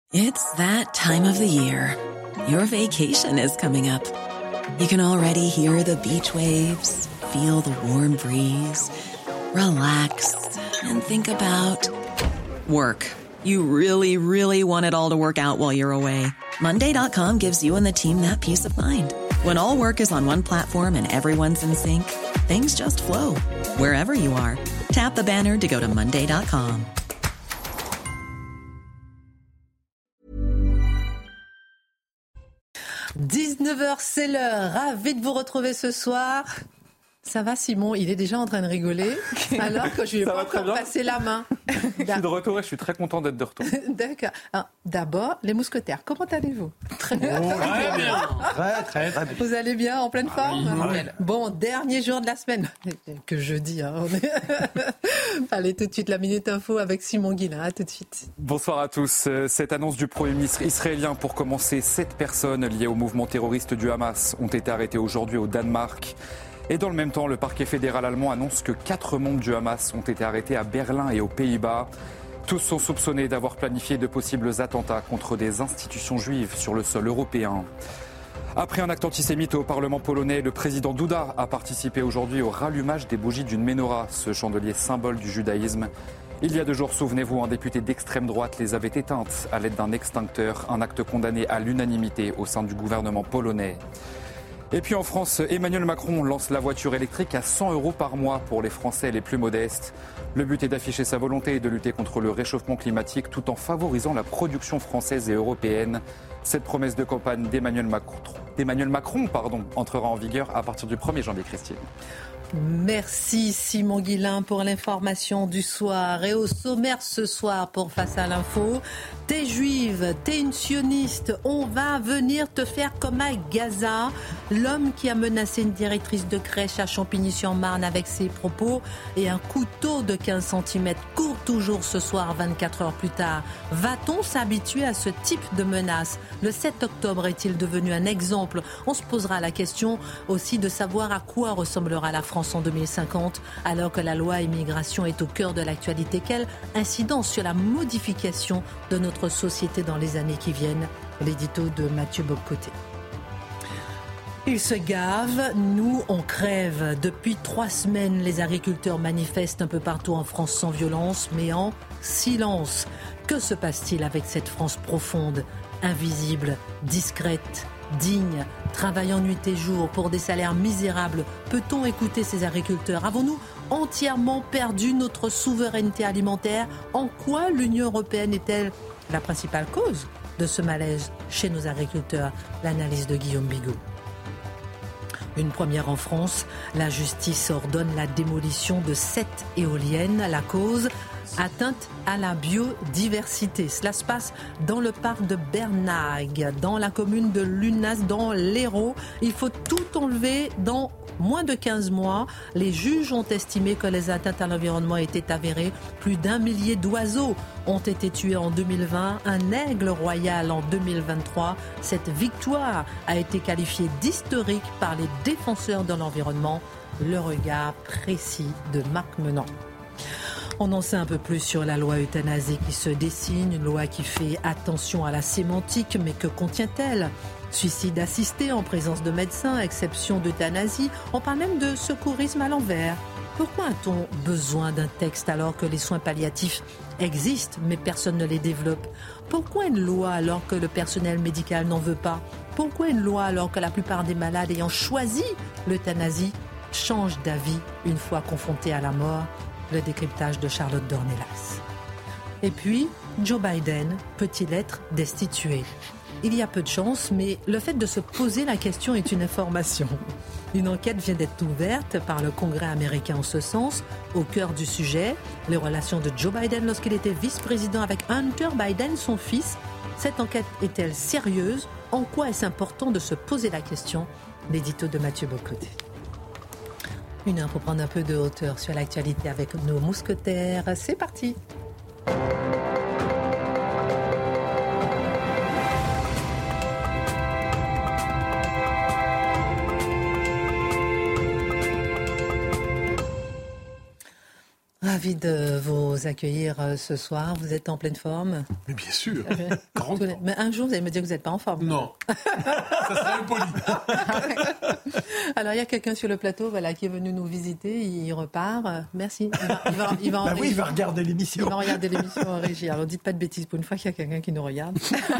It's that time of the year. Your vacation is coming up. You can already hear the beach waves, feel the warm breeze, relax, and think about work. You really, really want it all to work out while you're away. Monday.com gives you and the team that peace of mind. When all work is on one platform and everyone's in sync, things just flow. Wherever you are, tap the banner to go to Monday.com. 19h, c'est l'heure. Ravi de vous retrouver ce soir. Ça va, Simon? Il est déjà en train de rigoler, alors que je lui ai pas encore passé la main. Je suis de retour et je suis très content d'être de retour. D'accord. Alors, d'abord, les mousquetaires, comment allez-vous? Très bien. Très bien. Très bien. Vous allez bien, en pleine forme? Oui. Bon, dernier jour de la semaine. Que jeudi, hein. Allez, tout de suite, la Minute Info avec Simon Guillain. À tout de suite. Bonsoir à tous. Cette annonce du Premier ministre israélien pour commencer, 7 personnes liées au mouvement terroriste du Hamas ont été arrêtées aujourd'hui au Danemark. Et dans le même temps, le parquet fédéral allemand annonce que 4 membres du Hamas ont été arrêtés à Berlin et aux Pays-Bas. Tous sont soupçonnés d'avoir planifié de possibles attentats contre des institutions juives sur le sol européen. Après un acte antisémite au Parlement polonais, le président Duda a participé aujourd'hui au rallumage des bougies d'une menorah, ce chandelier symbole du judaïsme. Il y a 2 jours, souvenez-vous, un député d'extrême droite les avait éteintes à l'aide d'un extincteur, un acte condamné à l'unanimité au sein du gouvernement polonais. Et puis en France, Emmanuel Macron lance la voiture électrique à 100 € par mois pour les Français les plus modestes. Le but est d'afficher sa volonté de lutter contre le réchauffement climatique tout en favorisant la production française et européenne. Cette promesse de campagne d'Emmanuel Macron entrera en vigueur à partir du 1er janvier, Christine. Merci Simon Guillain pour l'information du soir. Et au sommaire ce soir pour Face à l'info, t'es juive, t'es une sioniste, on va venir te faire comme à Gaza. L'homme qui a menacé une directrice de crèche à Champigny-sur-Marne avec ses propos et un couteau de 15 cm court toujours ce soir 24 heures plus tard. Va-t-on s'habituer à ce type de menace? Le 7 octobre est-il devenu un exemple? On se posera la question aussi de savoir à quoi ressemblera la France en 2050, alors que la loi immigration est au cœur de l'actualité. Quelle incidence sur la modification de notre société dans les années qui viennent? L'édito de Mathieu Boccoté. Ils se gavent, nous on crève. Depuis 3 semaines, les agriculteurs manifestent un peu partout en France sans violence, mais en silence. Que se passe-t-il avec cette France profonde, invisible, discrète, digne, travaillant nuit et jour pour des salaires misérables? Peut-on écouter ces agriculteurs? Avons-nous entièrement perdu notre souveraineté alimentaire? En quoi l'Union européenne est-elle la principale cause de ce malaise chez nos agriculteurs? L'analyse de Guillaume Bigot. Une première en France, la justice ordonne la démolition de 7 éoliennes. La cause, atteinte à la biodiversité. Cela se passe dans le parc de Bernag, dans la commune de Lunas, dans l'Hérault. Il faut tout enlever dans moins de 15 mois. Les juges ont estimé que les atteintes à l'environnement étaient avérées. Plus d'1 millier d'oiseaux ont été tués en 2020, un aigle royal en 2023. Cette victoire a été qualifiée d'historique par les défenseurs de l'environnement. Le regard précis de Marc Menant. On en sait un peu plus sur la loi euthanasie qui se dessine, une loi qui fait attention à la sémantique, mais que contient-elle? Suicide assisté en présence de médecins, exception d'euthanasie, on parle même de secourisme à l'envers. Pourquoi a-t-on besoin d'un texte alors que les soins palliatifs existent mais personne ne les développe? Pourquoi une loi alors que le personnel médical n'en veut pas? Pourquoi une loi alors que la plupart des malades ayant choisi l'euthanasie changent d'avis une fois confrontés à la mort? Le décryptage de Charlotte Dornelas. Et puis, Joe Biden peut-il être destitué? Il y a peu de chance, mais le fait de se poser la question est une information. Une enquête vient d'être ouverte par le Congrès américain en ce sens. Au cœur du sujet, les relations de Joe Biden lorsqu'il était vice-président avec Hunter Biden, son fils. Cette enquête est-elle sérieuse? En quoi est-ce important de se poser la question? L'édito de Mathieu Bocoté. Une heure pour prendre un peu de hauteur sur l'actualité avec nos mousquetaires. C'est parti. Ravi de vous accueillir ce soir. Vous êtes en pleine forme? Mais bien sûr. Mais un jour, vous allez me dire que vous n'êtes pas en forme. Non. Ça serait impoli. Alors, il y a quelqu'un sur le plateau qui est venu nous visiter. Il repart. Merci. Il va il va regarder l'émission. Il va regarder l'émission en régie. Alors, dites pas de bêtises pour une fois qu'il y a quelqu'un qui nous regarde.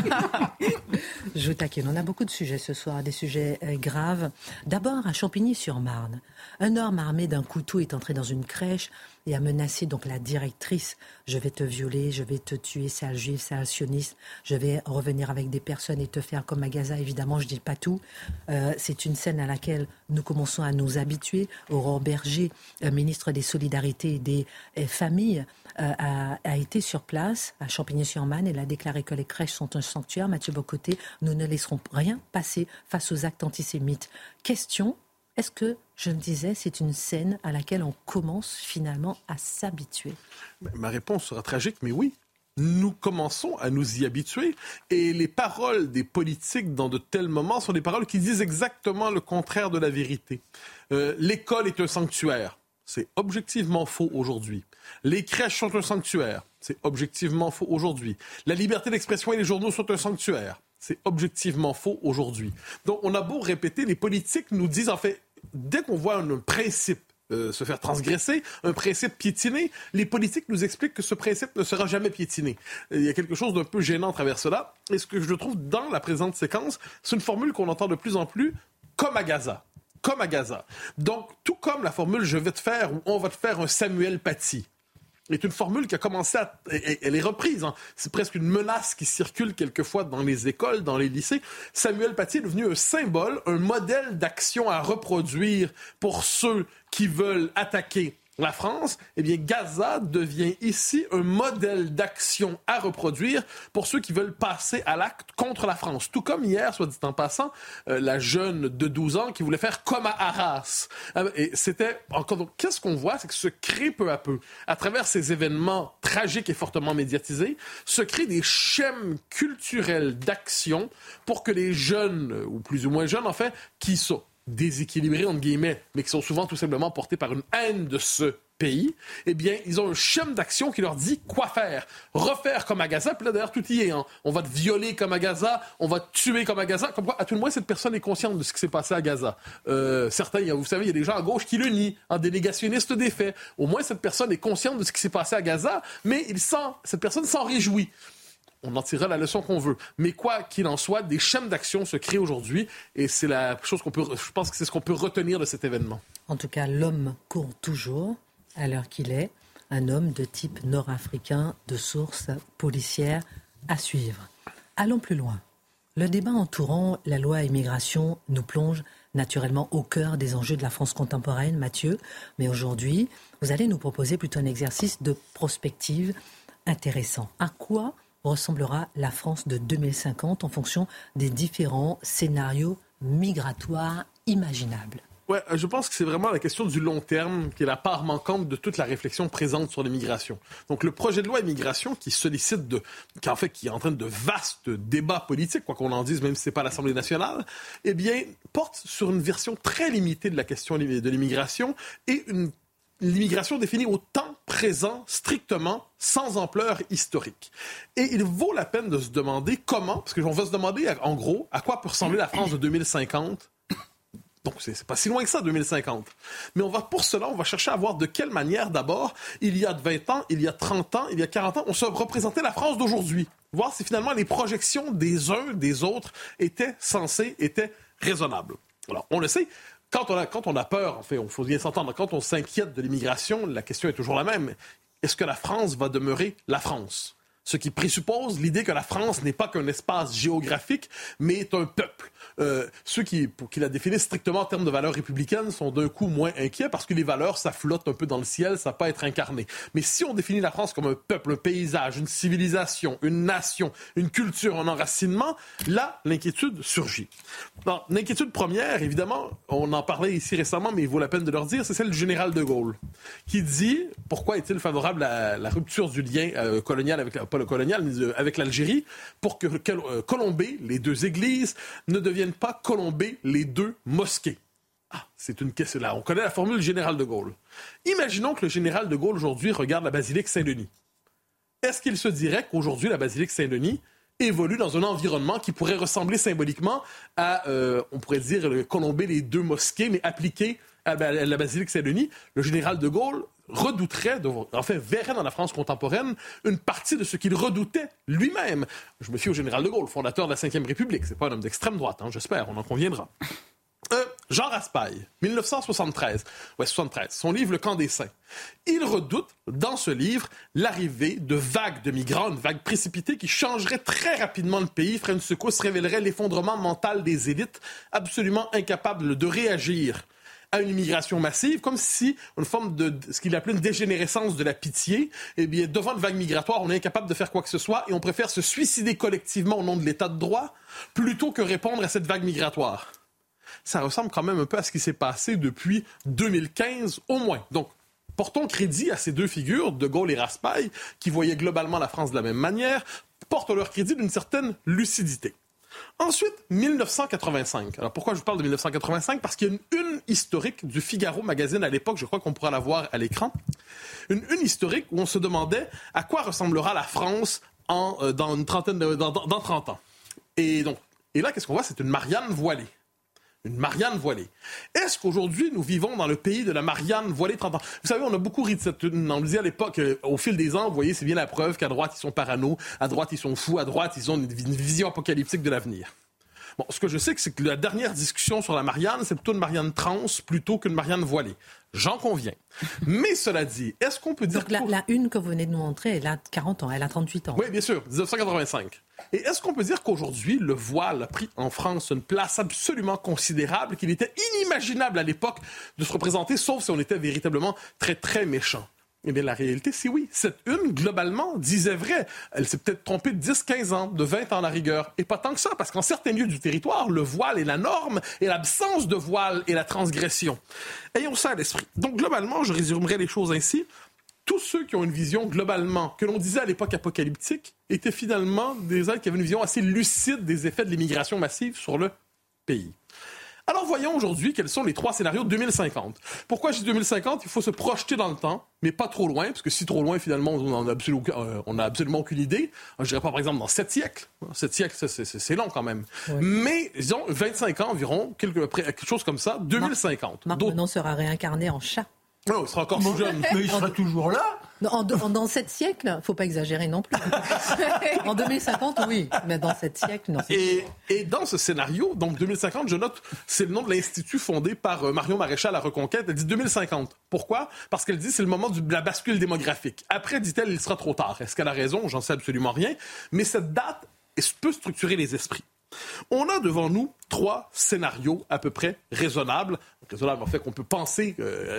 Je vous taquine. On a beaucoup de sujets ce soir, des sujets graves. D'abord, à Champigny-sur-Marne. Un homme armé d'un couteau est entré dans une crèche et a menacé donc la directrice. Je vais te violer, je vais te tuer, sale juif, sale sioniste. Je vais revenir avec des personnes et te faire comme à Gaza. Évidemment, je ne dis pas tout. C'est une scène à laquelle nous commençons à nous habituer. Aurore Berger, ministre des Solidarités et des Familles, a été sur place à Champigny-sur-Marne. Elle a déclaré que les crèches sont un sanctuaire. Mathieu Bocoté, nous ne laisserons rien passer face aux actes antisémites. Question, est-ce que, je me disais, c'est une scène à laquelle on commence finalement à s'habituer? Ma réponse sera tragique, mais oui. Nous commençons à nous y habituer et les paroles des politiques dans de tels moments sont des paroles qui disent exactement le contraire de la vérité. L'école est un sanctuaire. C'est objectivement faux aujourd'hui. Les crèches sont un sanctuaire. C'est objectivement faux aujourd'hui. La liberté d'expression et les journaux sont un sanctuaire. C'est objectivement faux aujourd'hui. Donc, on a beau répéter, les politiques nous disent, en fait, dès qu'on voit un principe se faire transgresser, un principe piétiné, les politiques nous expliquent que ce principe ne sera jamais piétiné. Il y a quelque chose d'un peu gênant à travers cela. Et ce que je trouve dans la présente séquence, c'est une formule qu'on entend de plus en plus, comme à Gaza. Comme à Gaza. Donc, tout comme la formule « je vais te faire » ou « on va te faire un Samuel Paty », est une formule qui a commencé à... Elle est reprise. Hein. C'est presque une menace qui circule quelquefois dans les écoles, dans les lycées. Samuel Paty est devenu un symbole, un modèle d'action à reproduire pour ceux qui veulent attaquer la France. Eh bien, Gaza devient ici un modèle d'action à reproduire pour ceux qui veulent passer à l'acte contre la France. Tout comme hier, soit dit en passant, la jeune de 12 ans qui voulait faire comme à Arras. Et c'était encore... Donc, qu'est-ce qu'on voit? C'est que se crée peu à peu, à travers ces événements tragiques et fortement médiatisés, se créent des schèmes culturels d'action pour que les jeunes, ou plus ou moins jeunes en fait, qui sont déséquilibrés, entre guillemets, mais qui sont souvent tout simplement portés par une haine de ce pays, eh bien, ils ont un schéma d'action qui leur dit quoi faire. Refaire comme à Gaza, puis là, d'ailleurs, tout y est. Hein. On va te violer comme à Gaza, on va te tuer comme à Gaza. Comme quoi, à tout le moins, cette personne est consciente de ce qui s'est passé à Gaza. Certains, vous savez, il y a des gens à gauche qui le nient, des négationnistes des faits. Au moins, cette personne est consciente de ce qui s'est passé à Gaza, mais cette personne s'en réjouit. On en tirera la leçon qu'on veut. Mais quoi qu'il en soit, des schèmes d'action se créent aujourd'hui et c'est la chose je pense que c'est ce qu'on peut retenir de cet événement. En tout cas, l'homme court toujours à l'heure qu'il est. Un homme de type nord-africain, de source policière à suivre. Allons plus loin. Le débat entourant la loi immigration nous plonge naturellement au cœur des enjeux de la France contemporaine, Mathieu. Mais aujourd'hui, vous allez nous proposer plutôt un exercice de prospective intéressant. À quoi ressemblera la France de 2050 en fonction des différents scénarios migratoires imaginables? Ouais, je pense que c'est vraiment la question du long terme qui est la part manquante de toute la réflexion présente sur l'immigration. Donc, le projet de loi immigration qui sollicite qui entraîne de vastes débats politiques, quoi qu'on en dise, même si c'est pas l'Assemblée nationale, eh bien, porte sur une version très limitée de la question de l'immigration et l'immigration définie au temps présent, strictement, sans ampleur historique. Et il vaut la peine de se demander comment, parce qu'on va se demander, en gros, à quoi peut ressembler la France de 2050. Donc, c'est pas si loin que ça, 2050. Mais pour cela, on va chercher à voir de quelle manière, d'abord, il y a 20 ans, il y a 30 ans, il y a 40 ans, on se représentait la France d'aujourd'hui. Voir si finalement les projections des uns, des autres étaient raisonnables. Alors, on le sait, quand on a peur, en fait, il faut bien s'entendre, quand on s'inquiète de l'immigration, la question est toujours la même. Est-ce que la France va demeurer la France? Ce qui présuppose l'idée que la France n'est pas qu'un espace géographique, mais est un peuple. Ceux qui la définissent strictement en termes de valeurs républicaines sont d'un coup moins inquiets parce que les valeurs, ça flotte un peu dans le ciel, ça ne va pas être incarné. Mais si on définit la France comme un peuple, un paysage, une civilisation, une nation, une culture, un enracinement, là, l'inquiétude surgit. Alors, l'inquiétude première, évidemment, on en parlait ici récemment, mais il vaut la peine de leur dire, c'est celle du général de Gaulle, qui dit pourquoi est-il favorable à la rupture du lien colonial avec l'Algérie, pour que Colombey, les deux églises, ne deviennent pas Colombey, les deux mosquées. C'est une question là. On connaît la formule du général de Gaulle. Imaginons que le général de Gaulle aujourd'hui regarde la basilique Saint-Denis. Est-ce qu'il se dirait qu'aujourd'hui la basilique Saint-Denis évolue dans un environnement qui pourrait ressembler symboliquement à, on pourrait dire, colomber les deux mosquées, mais appliqué à la basilique Saint-Denis? Le général de Gaulle redouterait, verrait dans la France contemporaine une partie de ce qu'il redoutait lui-même. Je me fie au général de Gaulle, fondateur de la Ve République. C'est pas un homme d'extrême droite, j'espère, on en conviendra. Jean Raspail, 1973, 73, son livre « Le camp des saints ». Il redoute, dans ce livre, l'arrivée de vagues de migrants, une vague précipitée qui changerait très rapidement le pays, ferait une secousse, révélerait l'effondrement mental des élites, absolument incapables de réagir à une immigration massive, comme si une forme de ce qu'il appelait une dégénérescence de la pitié, eh bien, devant une vague migratoire, on est incapable de faire quoi que ce soit et on préfère se suicider collectivement au nom de l'état de droit plutôt que répondre à cette vague migratoire. Ça ressemble quand même un peu à ce qui s'est passé depuis 2015 au moins. Donc, portons crédit à ces deux figures, de Gaulle et Raspail, qui voyaient globalement la France de la même manière, portent leur crédit d'une certaine lucidité. Ensuite, 1985. Alors pourquoi je vous parle de 1985? Parce qu'il y a une historique du Figaro magazine à l'époque, je crois qu'on pourra la voir à l'écran, une historique où on se demandait à quoi ressemblera la France dans 30 ans. Et là, qu'est-ce qu'on voit? C'est une Marianne voilée. Une Marianne voilée. Est-ce qu'aujourd'hui, nous vivons dans le pays de la Marianne voilée 30 ans? Vous savez, on a beaucoup ri de cette... On le disait à l'époque, au fil des ans, vous voyez, c'est bien la preuve qu'à droite, ils sont parano, à droite, ils sont fous, à droite, ils ont une vision apocalyptique de l'avenir. Bon, ce que je sais, c'est que la dernière discussion sur la Marianne, c'est plutôt une Marianne trans plutôt qu'une Marianne voilée. J'en conviens. Mais cela dit, est-ce qu'on peut dire... Donc la une que vous venez de nous montrer, elle a 40 ans, elle a 38 ans. Oui, bien sûr, 1985. Et est-ce qu'on peut dire qu'aujourd'hui, le voile a pris en France une place absolument considérable, qu'il était inimaginable à l'époque de se représenter, sauf si on était véritablement très, très méchant? Eh bien, la réalité, c'est oui. Cette une, globalement, disait vrai. Elle s'est peut-être trompée de 10, 15 ans, de 20 ans à la rigueur. Et pas tant que ça, parce qu'en certains lieux du territoire, le voile est la norme et l'absence de voile est la transgression. Ayons ça à l'esprit. Donc, globalement, je résumerai les choses ainsi. Tous ceux qui ont une vision, globalement, que l'on disait à l'époque apocalyptique, étaient finalement des gens qui avaient une vision assez lucide des effets de l'immigration massive sur le pays. Alors voyons aujourd'hui quels sont les 3 scénarios de 2050. Pourquoi je dis 2050? Il faut se projeter dans le temps, mais pas trop loin, parce que si trop loin, finalement, on n'a absolument aucune idée. Je dirais pas, par exemple, dans 7 siècles. 7 siècles, c'est long quand même. Oui. Mais, disons, 25 ans environ, quelque chose comme ça, 2050. Marc Menon sera réincarné en chat. Non, il sera encore plus jeune. Mais il sera toujours là. Dans 7 siècles, il ne faut pas exagérer non plus. En 2050, oui, mais dans 7 siècles, non. Et dans ce scénario, donc 2050, je note, c'est le nom de l'institut fondé par Marion Maréchal à Reconquête. Elle dit 2050. Pourquoi? Parce qu'elle dit c'est le moment de la bascule démographique. Après, dit-elle, il sera trop tard. Est-ce qu'elle a raison? J'en sais absolument rien. Mais cette date peut structurer les esprits. On a devant nous 3 scénarios à peu près raisonnables. Raisonnables en fait qu'on peut penser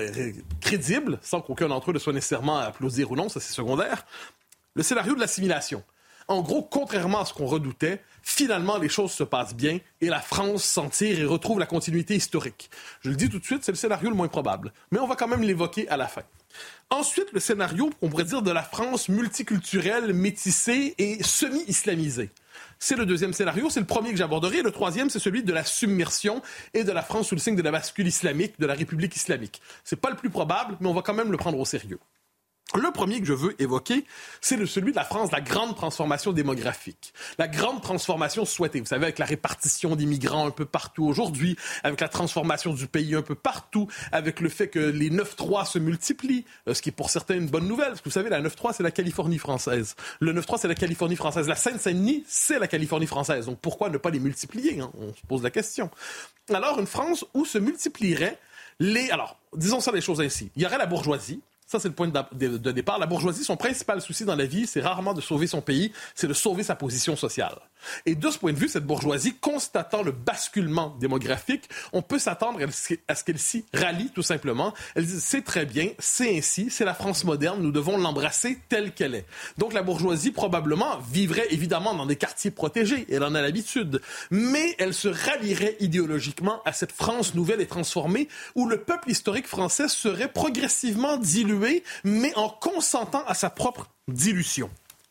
crédibles, sans qu'aucun d'entre eux ne soit nécessairement à applaudir ou non, ça c'est secondaire. Le scénario de l'assimilation. En gros, contrairement à ce qu'on redoutait, finalement les choses se passent bien et la France s'en tire et retrouve la continuité historique. Je le dis tout de suite, c'est le scénario le moins probable, mais on va quand même l'évoquer à la fin. Ensuite, le scénario, on pourrait dire, de la France multiculturelle, métissée et semi-islamisée. C'est le deuxième scénario, c'est le premier que j'aborderai. Le troisième, c'est celui de la submersion et de la France sous le signe de la bascule islamique, de la République islamique. C'est pas le plus probable, mais on va quand même le prendre au sérieux. Le premier que je veux évoquer, c'est celui de la France, la grande transformation démographique. La grande transformation souhaitée, vous savez, avec la répartition des migrants un peu partout aujourd'hui, avec la transformation du pays un peu partout, avec le fait que les 9-3 se multiplient, ce qui est pour certains une bonne nouvelle, parce que vous savez, la 9-3, c'est la Californie française. Le 9-3, c'est la Californie française. La Seine-Saint-Denis, c'est la Californie française. Donc pourquoi ne pas les multiplier, hein? On se pose la question. Alors, une France où se multiplieraient Alors, disons ça les choses ainsi. Il y aurait la bourgeoisie. Ça, c'est le point de départ. La bourgeoisie, son principal souci dans la vie, c'est rarement de sauver son pays, c'est de sauver sa position sociale. Et de ce point de vue, cette bourgeoisie, constatant le basculement démographique, on peut s'attendre à ce qu'elle s'y rallie, tout simplement. Elle dit, c'est très bien, c'est ainsi, c'est la France moderne, nous devons l'embrasser telle qu'elle est. Donc la bourgeoisie, probablement, vivrait évidemment dans des quartiers protégés, elle en a l'habitude, mais elle se rallierait idéologiquement à cette France nouvelle et transformée, où le peuple historique français serait progressivement dilué, mais en consentant à sa propre dilution.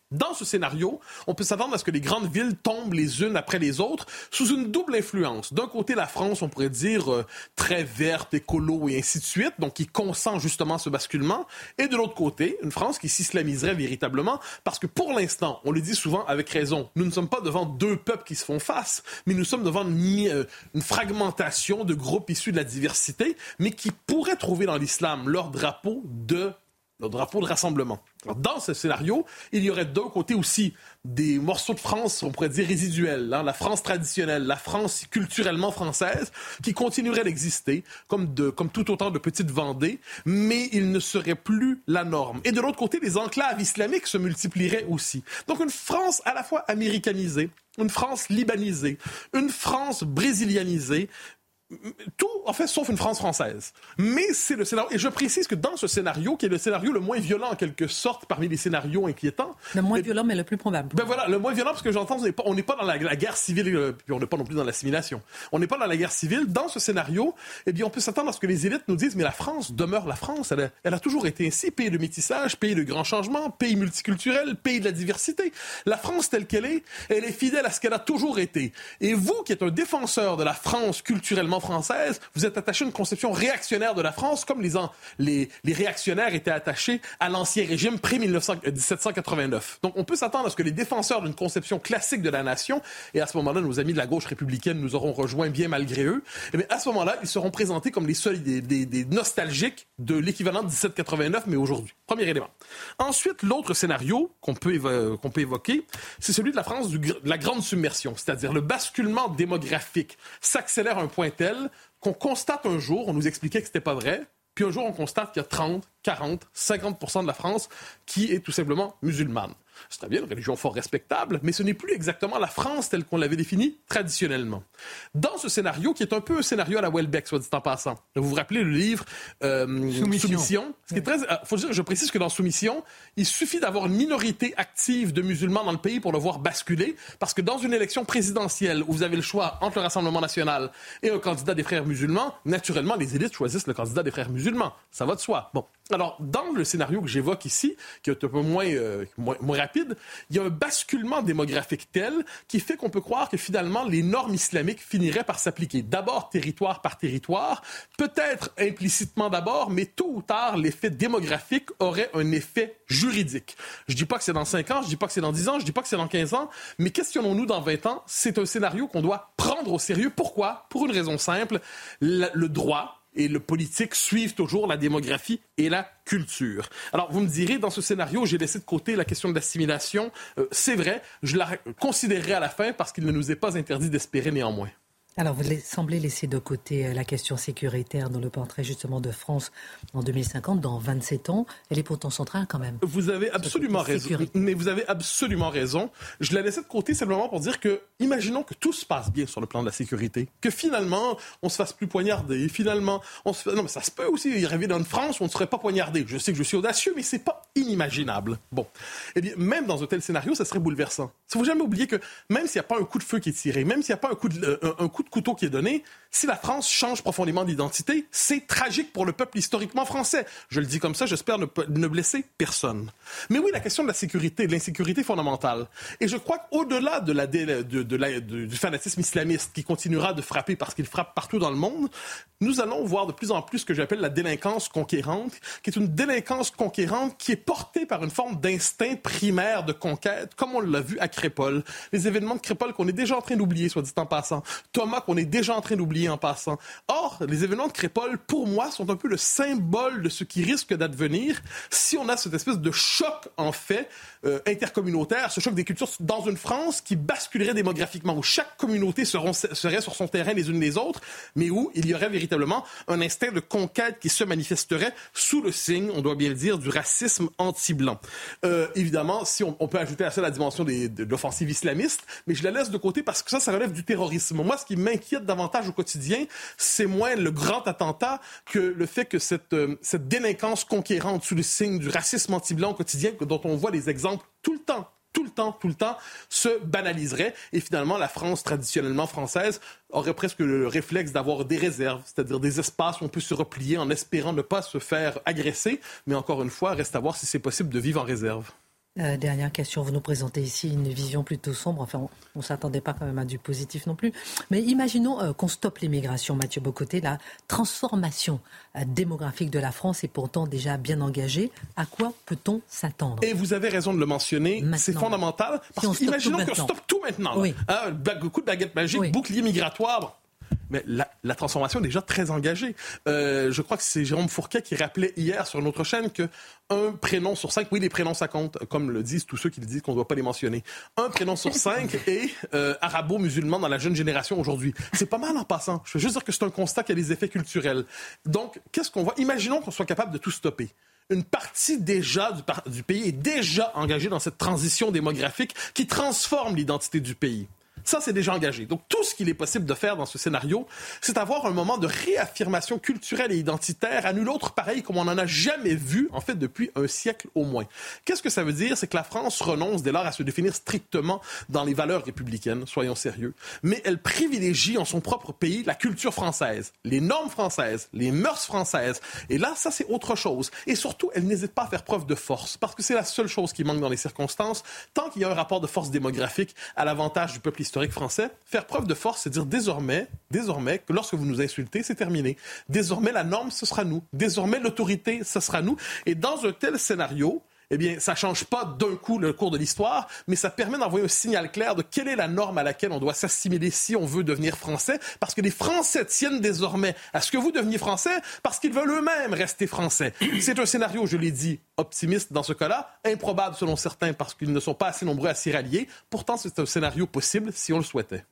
Dans ce scénario, on peut s'attendre à ce que les grandes villes tombent les unes après les autres sous une double influence. D'un côté, la France, on pourrait dire, très verte, écolo et ainsi de suite, donc qui consent justement ce basculement. Et de l'autre côté, une France qui s'islamiserait véritablement, parce que pour l'instant, on le dit souvent avec raison, nous ne sommes pas devant deux peuples qui se font face, mais nous sommes devant une fragmentation de groupes issus de la diversité, mais qui pourraient trouver dans l'islam leur drapeau de rassemblement. Alors, dans ce scénario, il y aurait d'un côté aussi des morceaux de France, on pourrait dire résiduels, la France traditionnelle, la France culturellement française, qui continuerait d'exister comme tout autant de petites Vendées, mais il ne serait plus la norme. Et de l'autre côté, les enclaves islamiques se multiplieraient aussi. Donc une France à la fois américanisée, une France libanisée, une France brésilianisée, tout, en fait, sauf une France française. Mais c'est le scénario. Et je précise que dans ce scénario, qui est le scénario le moins violent en quelque sorte parmi les scénarios inquiétants. Le moins violent, mais le plus probable. Ben voilà, le moins violent, parce que j'entends, on n'est pas dans la guerre civile, puis on n'est pas non plus dans l'assimilation. On n'est pas dans la guerre civile. Dans ce scénario, eh bien, on peut s'attendre à ce que les élites nous disent, mais la France demeure la France. Elle a toujours été ainsi, pays de métissage, pays de grands changements, pays multiculturel, pays de la diversité. La France telle qu'elle est, elle est fidèle à ce qu'elle a toujours été. Et vous, qui êtes un défenseur de la France culturellement française, vous êtes attaché à une conception réactionnaire de la France, comme les réactionnaires étaient attachés à l'ancien régime pré-1789. Donc, on peut s'attendre à ce que les défenseurs d'une conception classique de la nation, et à ce moment-là, nos amis de la gauche républicaine nous auront rejoints bien malgré eux, et bien, à ce moment-là, ils seront présentés comme des nostalgiques de l'équivalent de 1789, mais aujourd'hui. Premier élément. Ensuite, l'autre scénario qu'on peut évoquer, c'est celui de la France de la grande submersion, c'est-à-dire le basculement démographique s'accélère à un point tel qu'on constate un jour, on nous expliquait que c'était pas vrai, puis un jour on constate qu'il y a 30, 40, 50% de la France qui est tout simplement musulmane. C'est très bien, une religion fort respectable, mais ce n'est plus exactement la France telle qu'on l'avait définie traditionnellement. Dans ce scénario, qui est un peu un scénario à la Houellebecq, soit dit en passant, vous vous rappelez le livre Soumission. Ce qui est très, faut dire, je précise que dans Soumission, il suffit d'avoir une minorité active de musulmans dans le pays pour le voir basculer, parce que dans une élection présidentielle où vous avez le choix entre le Rassemblement national et un candidat des frères musulmans, naturellement, les élites choisissent le candidat des frères musulmans. Ça va de soi. Bon. Alors, dans le scénario que j'évoque ici, qui est un peu moins rapide, il y a un basculement démographique tel qui fait qu'on peut croire que finalement, les normes islamiques finiraient par s'appliquer. D'abord, territoire par territoire, peut-être implicitement d'abord, mais tôt ou tard, l'effet démographique aurait un effet juridique. Je dis pas que c'est dans 5 ans, je dis pas que c'est dans 10 ans, je dis pas que c'est dans 15 ans, mais questionnons-nous dans 20 ans, c'est un scénario qu'on doit prendre au sérieux. Pourquoi? Pour une raison simple, le droit et le politique suivent toujours la démographie et la culture. Alors, vous me direz, dans ce scénario, j'ai laissé de côté la question de l'assimilation. C'est vrai, je la considérerai à la fin parce qu'il ne nous est pas interdit d'espérer néanmoins. Alors, vous semblez laisser de côté la question sécuritaire dans le portrait justement de France en 2050, dans 27 ans. Elle est pourtant centrale quand même. Vous avez absolument raison. Mais vous avez absolument raison. Je la laissais de côté simplement pour dire que, imaginons que tout se passe bien sur le plan de la sécurité, que finalement, on se fasse plus poignarder. Finalement, non, mais ça se peut aussi rêver dans une France où on ne serait pas poignardé. Je sais que je suis audacieux, mais c'est pas inimaginable. Bon. Eh bien, même dans un tel scénario, ça serait bouleversant. Il ne faut jamais oublier que même s'il n'y a pas un coup de feu qui est tiré, même s'il n'y a pas un coup de couteau qui est donné, si la France change profondément d'identité, c'est tragique pour le peuple historiquement français. Je le dis comme ça, j'espère ne blesser personne. Mais oui, la question de la sécurité, de l'insécurité fondamentale. Et je crois qu'au-delà du fanatisme islamiste qui continuera de frapper parce qu'il frappe partout dans le monde, nous allons voir de plus en plus ce que j'appelle la délinquance conquérante, qui est une délinquance conquérante qui est portée par une forme d'instinct primaire de conquête, comme on l'a vu à Crépol. Les événements de Crépol qu'on est déjà en train d'oublier, soit dit en passant. Thomas qu'on est déjà en train d'oublier en passant. Or, les événements de Crépol, pour moi, sont un peu le symbole de ce qui risque d'advenir si on a cette espèce de choc, en fait, intercommunautaire, ce choc des cultures dans une France qui basculerait démographiquement, où chaque communauté serait sur son terrain les unes les autres, mais où il y aurait véritablement un instinct de conquête qui se manifesterait sous le signe, on doit bien le dire, du racisme anti-blanc. Évidemment, si on peut ajouter à ça la dimension de l'offensive islamiste, mais je la laisse de côté parce que ça relève du terrorisme. Moi, ce qui m'inquiète davantage au quotidien, c'est moins le grand attentat que le fait que cette délinquance conquérante sous le signe du racisme anti-blanc au quotidien, dont on voit les exemples tout le temps, se banaliserait. Et finalement, la France traditionnellement française aurait presque le réflexe d'avoir des réserves, c'est-à-dire des espaces où on peut se replier en espérant ne pas se faire agresser. Mais encore une fois, reste à voir si c'est possible de vivre en réserve. Dernière question, vous nous présentez ici une vision plutôt sombre, enfin on ne s'attendait pas quand même à du positif non plus, mais imaginons qu'on stoppe l'immigration, Mathieu Bocoté, la transformation démographique de la France est pourtant déjà bien engagée, à quoi peut-on s'attendre? Et vous avez raison de le mentionner, c'est fondamental, parce qu'imaginons qu'on stoppe tout maintenant, oui. Coup de baguette magique, oui. Bouclier migratoire. Mais la transformation est déjà très engagée. Je crois que c'est Jérôme Fourquet qui rappelait hier sur notre chaîne qu'un prénom sur 5, oui, les prénoms ça compte, comme le disent tous ceux qui disent qu'on ne doit pas les mentionner. Un prénom sur 5 est arabo-musulman dans la jeune génération aujourd'hui. C'est pas mal en passant. Je veux juste dire que c'est un constat qui a des effets culturels. Donc, qu'est-ce qu'on voit? Imaginons qu'on soit capable de tout stopper. Une partie déjà du pays est déjà engagée dans cette transition démographique qui transforme l'identité du pays. Ça, c'est déjà engagé. Donc, tout ce qu'il est possible de faire dans ce scénario, c'est avoir un moment de réaffirmation culturelle et identitaire à nul autre pareil comme on n'en a jamais vu, en fait, depuis un siècle au moins. Qu'est-ce que ça veut dire? C'est que la France renonce dès lors à se définir strictement dans les valeurs républicaines, soyons sérieux, mais elle privilégie en son propre pays la culture française, les normes françaises, les mœurs françaises. Et là, ça, c'est autre chose. Et surtout, elle n'hésite pas à faire preuve de force, parce que c'est la seule chose qui manque dans les circonstances. Tant qu'il y a un rapport de force démographique à l'avantage du peuple historique français, faire preuve de force, c'est dire désormais, que lorsque vous nous insultez, c'est terminé. Désormais, la norme, ce sera nous. Désormais, l'autorité, ce sera nous. Et dans un tel scénario, eh bien, ça change pas d'un coup le cours de l'histoire, mais ça permet d'envoyer un signal clair de quelle est la norme à laquelle on doit s'assimiler si on veut devenir français, parce que les Français tiennent désormais à ce que vous deveniez français, parce qu'ils veulent eux-mêmes rester français. C'est un scénario, je l'ai dit, optimiste dans ce cas-là, improbable selon certains, parce qu'ils ne sont pas assez nombreux à s'y rallier. Pourtant, c'est un scénario possible si on le souhaitait.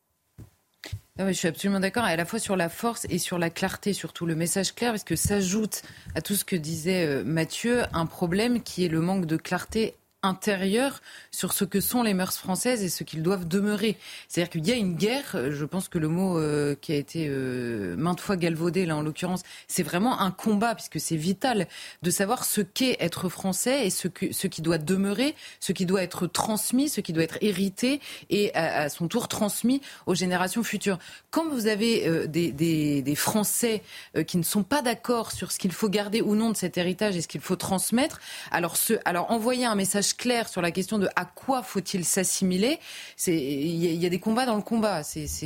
Ah oui, je suis absolument d'accord, à la fois sur la force et sur la clarté, surtout le message clair, parce que s'ajoute à tout ce que disait Mathieu, un problème qui est le manque de clarté intérieure sur ce que sont les mœurs françaises et ce qu'ils doivent demeurer. C'est-à-dire qu'il y a une guerre, je pense que le mot qui a été maintes fois galvaudé, là en l'occurrence, c'est vraiment un combat, puisque c'est vital de savoir ce qu'est être français et ce qui doit demeurer, ce qui doit être transmis, ce qui doit être hérité et à son tour transmis aux générations futures. Quand vous avez des Français qui ne sont pas d'accord sur ce qu'il faut garder ou non de cet héritage et ce qu'il faut transmettre, alors envoyer un message clair sur la question de à quoi faut-il s'assimiler, il y a des combats dans le combat.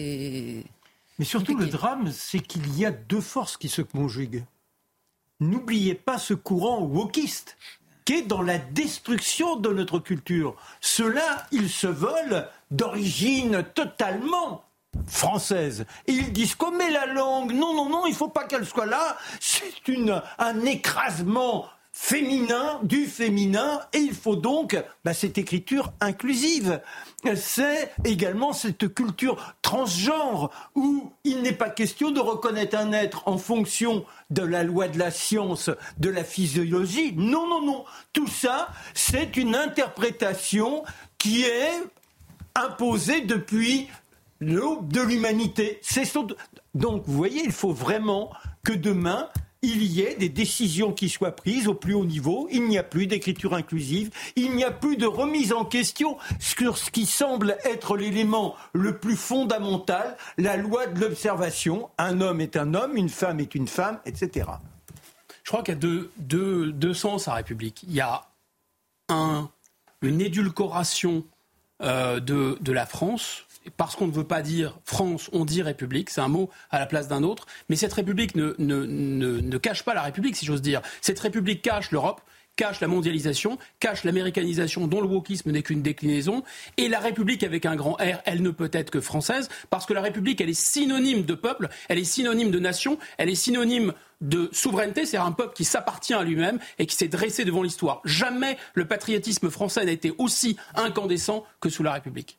Mais surtout, le drame, c'est qu'il y a deux forces qui se conjuguent. N'oubliez pas ce courant wokiste qui est dans la destruction de notre culture. Ceux-là, ils se veulent d'origine totalement française. Et ils disent qu'on met la langue. Non, il ne faut pas qu'elle soit là. C'est un écrasement du féminin, et il faut donc cette écriture inclusive. C'est également cette culture transgenre où il n'est pas question de reconnaître un être en fonction de la loi de la science, de la physiologie. Non. Tout ça, c'est une interprétation qui est imposée depuis l'aube de l'humanité. Donc, vous voyez, il faut vraiment que demain, il y ait des décisions qui soient prises au plus haut niveau. Il n'y a plus d'écriture inclusive. Il n'y a plus de remise en question sur ce qui semble être l'élément le plus fondamental, la loi de l'observation. Un homme est un homme, une femme est une femme, etc. Je crois qu'il y a deux sens à la République. Il y a une édulcoration de la France. Parce qu'on ne veut pas dire France, on dit République, c'est un mot à la place d'un autre, mais cette République ne cache pas la République, si j'ose dire. Cette République cache l'Europe, cache la mondialisation, cache l'américanisation dont le wokisme n'est qu'une déclinaison, et la République avec un grand R, elle ne peut être que française, parce que la République, elle est synonyme de peuple, elle est synonyme de nation, elle est synonyme de souveraineté, c'est un peuple qui s'appartient à lui-même et qui s'est dressé devant l'histoire. Jamais le patriotisme français n'a été aussi incandescent que sous la République.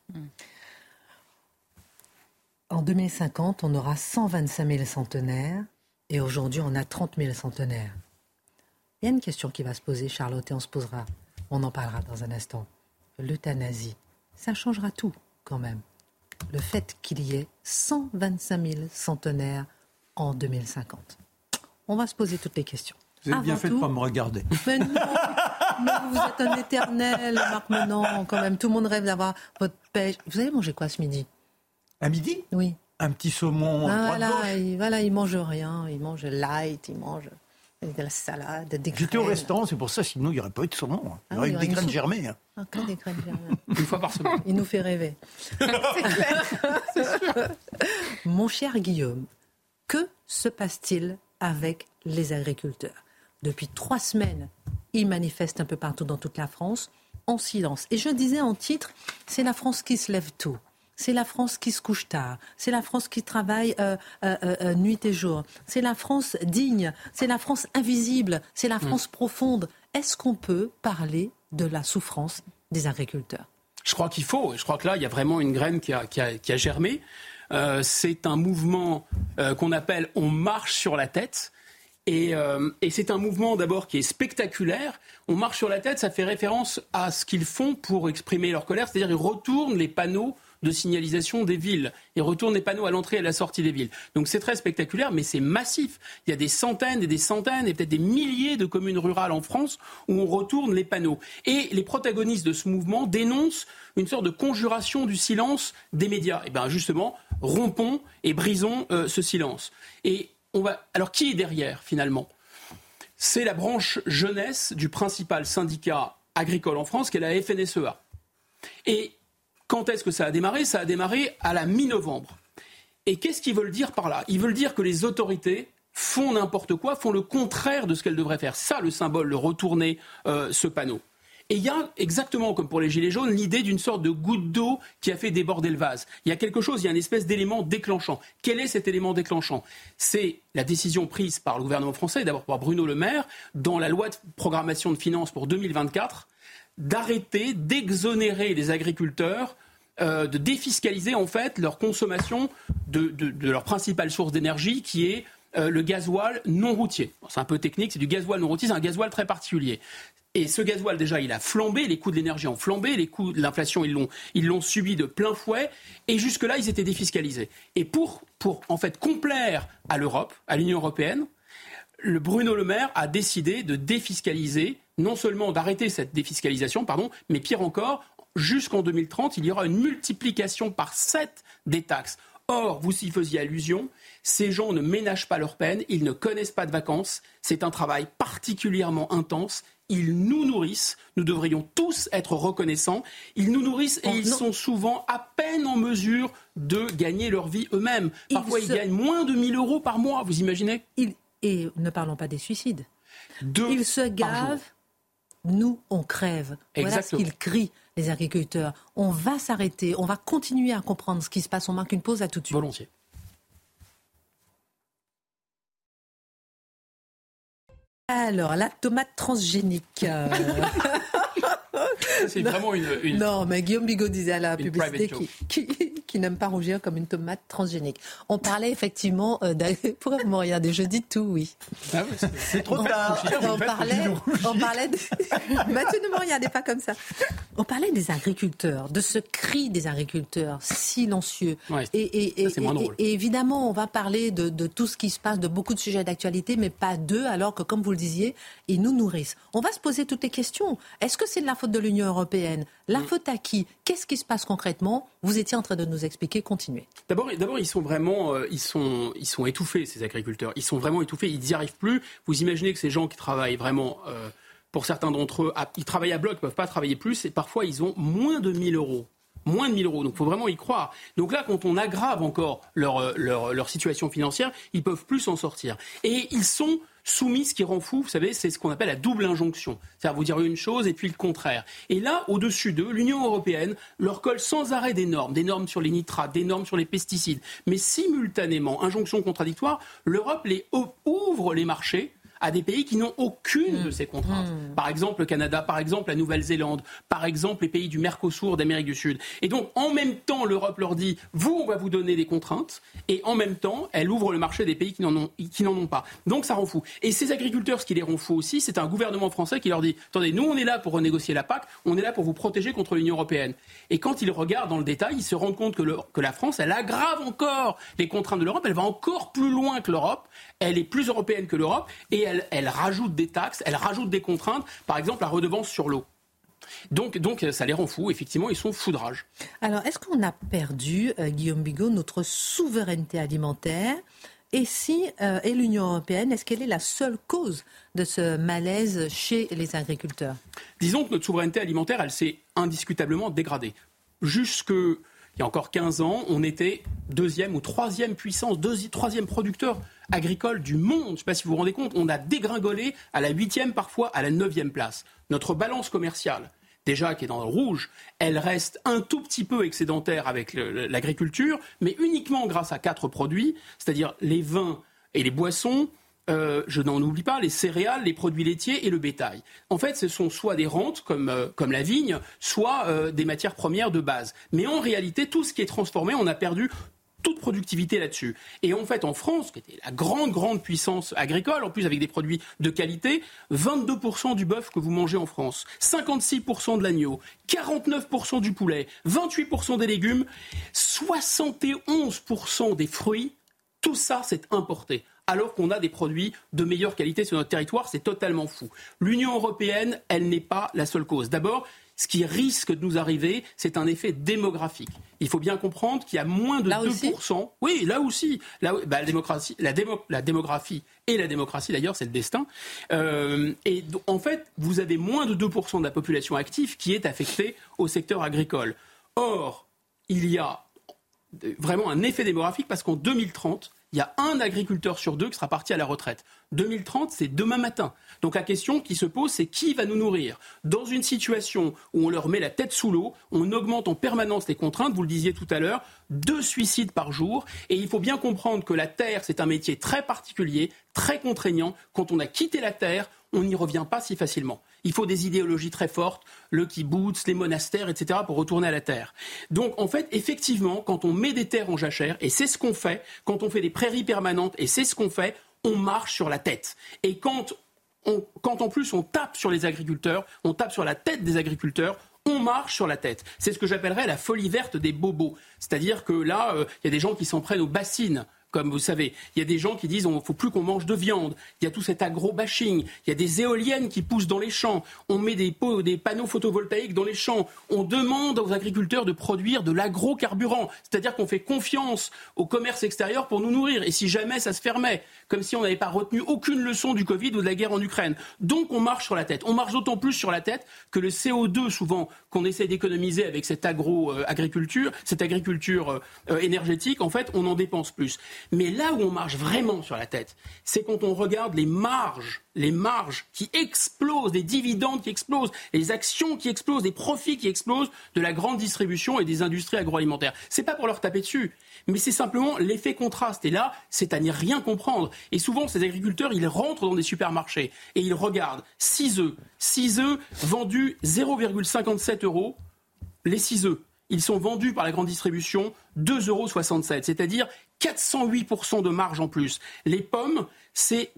En 2050, on aura 125 000 centenaires et aujourd'hui, on a 30 000 centenaires. Il y a une question qui va se poser, Charlotte, et on en parlera dans un instant. L'euthanasie, ça changera tout quand même. Le fait qu'il y ait 125 000 centenaires en 2050. On va se poser toutes les questions. Vous avez bien fait de ne pas me regarder. Mais non, vous êtes un éternel, Marc Menon, quand même. Tout le monde rêve d'avoir votre pêche. Vous avez mangé quoi ce midi ? À midi ? Oui. Un petit saumon. Voilà, il mange rien, il mange light, il mange Avec de la salade, des graines. J'étais au restaurant, c'est pour ça, sinon il n'y aurait pas eu de saumon. Il y aurait eu des graines germées. Encore des graines germées. Une fois par semaine. Il nous fait rêver. C'est clair. Mon cher Guillaume, que se passe-t-il avec les agriculteurs ? Depuis 3 semaines, ils manifestent un peu partout dans toute la France, en silence. Et je disais en titre, c'est la France qui se lève tôt. C'est la France qui se couche tard. C'est la France qui travaille nuit et jour. C'est la France digne. C'est la France invisible. C'est la France profonde. Est-ce qu'on peut parler de la souffrance des agriculteurs ? Je crois qu'il faut. Je crois que là, il y a vraiment une graine qui a germé. C'est un mouvement qu'on appelle « On marche sur la tête ». Et c'est un mouvement d'abord qui est spectaculaire. On marche sur la tête, ça fait référence à ce qu'ils font pour exprimer leur colère. C'est-à-dire ils retournent les panneaux de signalisation des villes. Ils retournent les panneaux à l'entrée et à la sortie des villes. Donc c'est très spectaculaire, mais c'est massif. Il y a des centaines et des centaines et peut-être des milliers de communes rurales en France où on retourne les panneaux. Et les protagonistes de ce mouvement dénoncent une sorte de conjuration du silence des médias. Et bien justement, rompons et brisons ce silence. Et alors qui est derrière finalement ? C'est la branche jeunesse du principal syndicat agricole en France, qui est la FNSEA. Et quand est-ce que ça a démarré ? Ça a démarré à la mi-novembre. Et qu'est-ce qu'ils veulent dire par là ? Ils veulent dire que les autorités font n'importe quoi, font le contraire de ce qu'elles devraient faire. Ça, le symbole, le retourner ce panneau. Et il y a, exactement comme pour les Gilets jaunes, l'idée d'une sorte de goutte d'eau qui a fait déborder le vase. Il y a quelque chose, il y a une espèce d'élément déclenchant. Quel est cet élément déclenchant ? C'est la décision prise par le gouvernement français, d'abord par Bruno Le Maire, dans la loi de programmation de finances pour 2024, d'arrêter, d'exonérer les agriculteurs, de défiscaliser en fait leur consommation de leur principale source d'énergie qui est le gasoil non routier. Bon, c'est un peu technique, c'est du gasoil non routier, c'est un gasoil très particulier. Et ce gasoil, déjà, il a flambé, les coûts de l'énergie ont flambé, les coûts de l'inflation, ils l'ont subi de plein fouet, et jusque-là, ils étaient défiscalisés. Et pour en fait complaire à l'Europe, à l'Union européenne, le Bruno Le Maire a décidé de défiscaliser, non seulement d'arrêter cette défiscalisation, mais pire encore, jusqu'en 2030, il y aura une multiplication par 7 des taxes. Or, vous y faisiez allusion, ces gens ne ménagent pas leur peine, ils ne connaissent pas de vacances, c'est un travail particulièrement intense. Ils nous nourrissent, nous devrions tous être reconnaissants, ils nous nourrissent et ils sont souvent à peine en mesure de gagner leur vie eux-mêmes. Parfois, ils gagnent moins de 1 000 € par mois, vous imaginez ? Et ne parlons pas des suicides. Ils se gavent, nous, on crève. Exactement. Voilà ce qu'ils crient, les agriculteurs. On va s'arrêter, on va continuer à comprendre ce qui se passe. On marque une pause, à tout de suite. Volontiers. Alors, la tomate transgénique. C'est vraiment une... Non, mais Guillaume Bigot disait à la publicité qui n'aime pas rougir comme une tomate transgénique. On parlait effectivement pourquoi vous me regardez ? Je dis tout, oui. Ah ouais, c'est trop tard. On parlait Mathieu, ne me regardez pas comme ça. On parlait des agriculteurs, de ce cri des agriculteurs silencieux. Ouais, c'est moins drôle. Et évidemment, on va parler de tout ce qui se passe, de beaucoup de sujets d'actualité, mais pas d'eux, alors que, comme vous le disiez, ils nous nourrissent. On va se poser toutes les questions. Est-ce que c'est de la faute de l'Union européenne ? La faute à qui ? Qu'est-ce qui se passe concrètement ? Vous étiez en train de nous expliquer. Continuez. D'abord, ils sont vraiment, ils sont étouffés, ces agriculteurs. Ils sont vraiment étouffés. Ils n'y arrivent plus. Vous imaginez que ces gens qui travaillent vraiment, pour certains d'entre eux, ils travaillent à bloc, ils ne peuvent pas travailler plus. Et parfois, ils ont moins de 1 000 €. Moins de 1 000 €. Donc, il faut vraiment y croire. Donc là, quand on aggrave encore leur situation financière, ils ne peuvent plus s'en sortir. Et ils sont soumis, ce qui rend fou, vous savez, c'est ce qu'on appelle la double injonction. C'est-à-dire vous dire une chose et puis le contraire. Et là, au-dessus d'eux, l'Union européenne leur colle sans arrêt des normes sur les nitrates, des normes sur les pesticides. Mais simultanément, injonction contradictoire, l'Europe ouvre les marchés à des pays qui n'ont aucune de ces contraintes. Par exemple, le Canada, par exemple, la Nouvelle-Zélande, par exemple, les pays du Mercosur d'Amérique du Sud. Et donc, en même temps, l'Europe leur dit, vous, on va vous donner des contraintes, et en même temps, elle ouvre le marché des pays qui n'en ont pas. Donc, ça rend fou. Et ces agriculteurs, ce qui les rend fous aussi, c'est un gouvernement français qui leur dit, attendez, nous, on est là pour renégocier la PAC, on est là pour vous protéger contre l'Union européenne. Et quand ils regardent dans le détail, ils se rendent compte que la France, elle aggrave encore les contraintes de l'Europe, elle va encore plus loin que l'Europe, elle est plus européenne que l'Europe, et elle rajoute des taxes, elle rajoute des contraintes, par exemple la redevance sur l'eau. Donc ça les rend fous, effectivement, ils sont fous de rage. Alors, est-ce qu'on a perdu, Guillaume Bigot, notre souveraineté alimentaire ? Et l'Union européenne, est-ce qu'elle est la seule cause de ce malaise chez les agriculteurs ? Disons que notre souveraineté alimentaire, elle s'est indiscutablement dégradée. Il y a encore 15 ans, on était deuxième ou troisième puissance, troisième producteur agricole du monde. Je ne sais pas si vous vous rendez compte, on a dégringolé à la 8e, parfois à la 9e place. Notre balance commerciale, déjà qui est dans le rouge, elle reste un tout petit peu excédentaire avec l'agriculture, mais uniquement grâce à 4 produits, c'est-à-dire les vins et les boissons, je n'en oublie pas, les céréales, les produits laitiers et le bétail. En fait, ce sont soit des rentes comme la vigne, soit des matières premières de base. Mais en réalité, tout ce qui est transformé, on a perdu toute productivité là-dessus. Et en fait, en France, qui était la grande puissance agricole, en plus avec des produits de qualité, 22% du bœuf que vous mangez en France, 56% de l'agneau, 49% du poulet, 28% des légumes, 71% des fruits, tout ça, c'est importé. Alors qu'on a des produits de meilleure qualité sur notre territoire, c'est totalement fou. L'Union européenne, elle n'est pas la seule cause. D'abord, ce qui risque de nous arriver, c'est un effet démographique. Il faut bien comprendre qu'il y a moins de 2%. Oui, là aussi. La démographie et la démocratie, d'ailleurs, c'est le destin. Et en fait, vous avez moins de 2% de la population active qui est affectée au secteur agricole. Or, il y a vraiment un effet démographique parce qu'en 2030, il y a un agriculteur sur 2 qui sera parti à la retraite. 2030, c'est demain matin. Donc la question qui se pose, c'est qui va nous nourrir ? Dans une situation où on leur met la tête sous l'eau, on augmente en permanence les contraintes, vous le disiez tout à l'heure, 2 suicides par jour. Et il faut bien comprendre que la terre, c'est un métier très particulier, très contraignant. Quand on a quitté la terre, on n'y revient pas si facilement. Il faut des idéologies très fortes, le kibbutz, les monastères, etc., pour retourner à la terre. Donc, en fait, effectivement, quand on met des terres en jachère, et c'est ce qu'on fait, quand on fait des prairies permanentes, et c'est ce qu'on fait, on marche sur la tête. Et quand en plus on tape sur les agriculteurs, on tape sur la tête des agriculteurs, on marche sur la tête. C'est ce que j'appellerais la folie verte des bobos. C'est-à-dire que là, il y a des gens qui s'en prennent aux bassines. Comme vous savez, il y a des gens qui disent qu'il ne faut plus qu'on mange de viande. Il y a tout cet agro-bashing. Il y a des éoliennes qui poussent dans les champs. On met des panneaux photovoltaïques dans les champs. On demande aux agriculteurs de produire de l'agrocarburant. C'est-à-dire qu'on fait confiance au commerce extérieur pour nous nourrir. Et si jamais ça se fermait, comme si on n'avait pas retenu aucune leçon du Covid ou de la guerre en Ukraine. Donc on marche sur la tête. On marche d'autant plus sur la tête que le CO2, souvent, qu'on essaie d'économiser avec cette agriculture énergétique, en fait, on en dépense plus. Mais là où on marche vraiment sur la tête, c'est quand on regarde les marges qui explosent, les dividendes qui explosent, les actions qui explosent, les profits qui explosent de la grande distribution et des industries agroalimentaires. C'est pas pour leur taper dessus, mais c'est simplement l'effet contraste. Et là, c'est à n'y rien comprendre. Et souvent, ces agriculteurs, ils rentrent dans des supermarchés et ils regardent 6 œufs vendus 0,57 €, les 6 œufs. Ils sont vendus par la grande distribution 2,67 €, c'est-à-dire 408% de marge en plus. Les pommes, c'est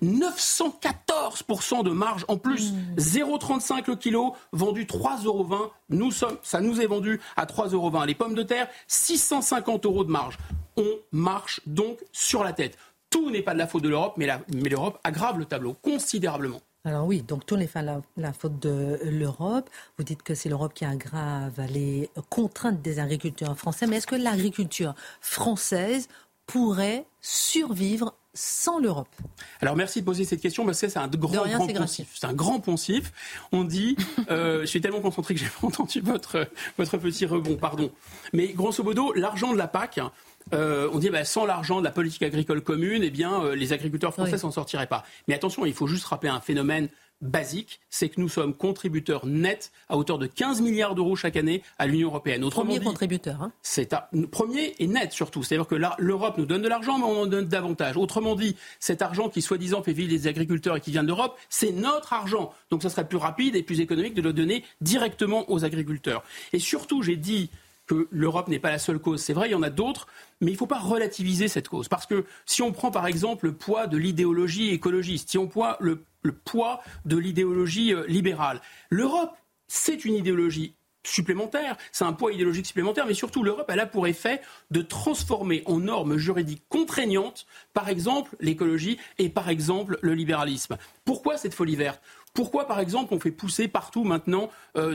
914% de marge en plus. 0,35 le kilo, vendu 3,20 €. Ça nous est vendu à 3,20 €. Les pommes de terre, 650 € de marge. On marche donc sur la tête. Tout n'est pas de la faute de l'Europe, mais l'Europe aggrave le tableau considérablement. Alors oui, donc tout n'est pas la faute de l'Europe. Vous dites que c'est l'Europe qui aggrave les contraintes des agriculteurs français. Mais est-ce que l'agriculture française pourrait survivre sans l'Europe ? Alors merci de poser cette question parce que c'est un grand poncif. C'est un grand poncif. On dit, je suis tellement concentré que j'ai pas entendu votre petit rebond, pardon. Mais grosso modo, l'argent de la PAC, on dit sans l'argent de la politique agricole commune, les agriculteurs français s'en sortiraient pas. Mais attention, il faut juste rappeler un phénomène basique, c'est que nous sommes contributeurs nets à hauteur de 15 milliards d'euros chaque année à l'Union européenne. Premier contributeur. Hein. C'est premier et net surtout. C'est-à-dire que là, l'Europe nous donne de l'argent, mais on en donne davantage. Autrement dit, cet argent qui soi-disant fait vivre les agriculteurs et qui vient d'Europe, c'est notre argent. Donc ça serait plus rapide et plus économique de le donner directement aux agriculteurs. Et surtout, j'ai dit que l'Europe n'est pas la seule cause. C'est vrai, il y en a d'autres, mais il ne faut pas relativiser cette cause. Parce que si on prend par exemple le poids de l'idéologie écologiste, si on prend le poids de l'idéologie libérale, l'Europe, c'est une idéologie supplémentaire, c'est un poids idéologique supplémentaire, mais surtout l'Europe, elle a pour effet de transformer en normes juridiques contraignantes, par exemple l'écologie et par exemple le libéralisme. Pourquoi cette folie verte ? Pourquoi, par exemple, on fait pousser partout maintenant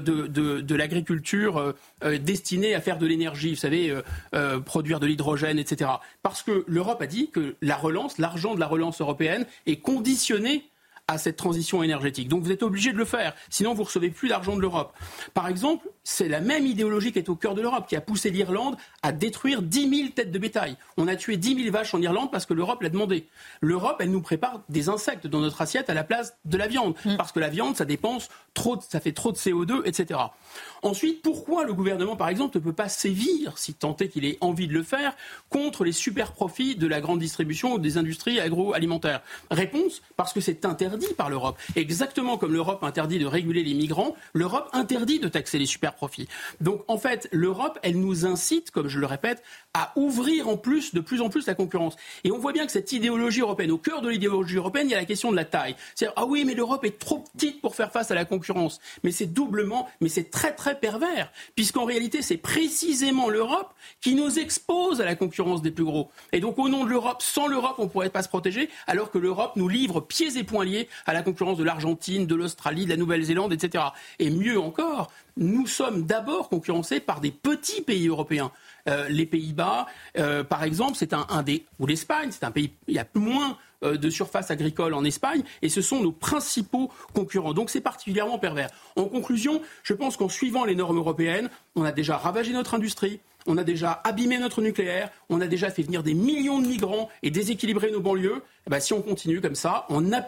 de l'agriculture destinée à faire de l'énergie, vous savez, produire de l'hydrogène, etc. Parce que l'Europe a dit que l'argent de la relance européenne est conditionné à cette transition énergétique. Donc vous êtes obligé de le faire, sinon vous ne recevez plus d'argent de l'Europe. Par exemple, c'est la même idéologie qui est au cœur de l'Europe, qui a poussé l'Irlande à détruire 10 000 têtes de bétail. On a tué 10 000 vaches en Irlande parce que l'Europe l'a demandé. L'Europe, elle nous prépare des insectes dans notre assiette à la place de la viande, parce que la viande, ça fait trop de CO2, etc. Ensuite, pourquoi le gouvernement, par exemple, ne peut pas sévir, si tant est qu'il ait envie de le faire, contre les super profits de la grande distribution ou des industries agroalimentaires? Réponse, parce que c'est interdit par l'Europe. Exactement comme l'Europe interdit de réguler les migrants, l'Europe interdit de taxer les super profits. Donc en fait, l'Europe, elle nous incite, comme je le répète, à ouvrir de plus en plus la concurrence. Et on voit bien que cette idéologie européenne, au cœur de l'idéologie européenne, il y a la question de la taille. C'est-à-dire, ah oui, mais l'Europe est trop petite pour faire face à la concurrence. Mais c'est très très pervers, puisqu'en réalité, c'est précisément l'Europe qui nous expose à la concurrence des plus gros. Et donc au nom de l'Europe, sans l'Europe, on ne pourrait pas se protéger, alors que l'Europe nous livre pieds et poings liés à la concurrence de l'Argentine, de l'Australie, de la Nouvelle-Zélande, etc. Et mieux encore, nous sommes d'abord concurrencés par des petits pays européens. Les Pays-Bas, par exemple, ou l'Espagne, c'est un pays, il y a moins de surface agricole en Espagne, et ce sont nos principaux concurrents. Donc c'est particulièrement pervers. En conclusion, je pense qu'en suivant les normes européennes, on a déjà ravagé notre industrie, on a déjà abîmé notre nucléaire, on a déjà fait venir des millions de migrants et déséquilibré nos banlieues. Et bien, si on continue comme ça,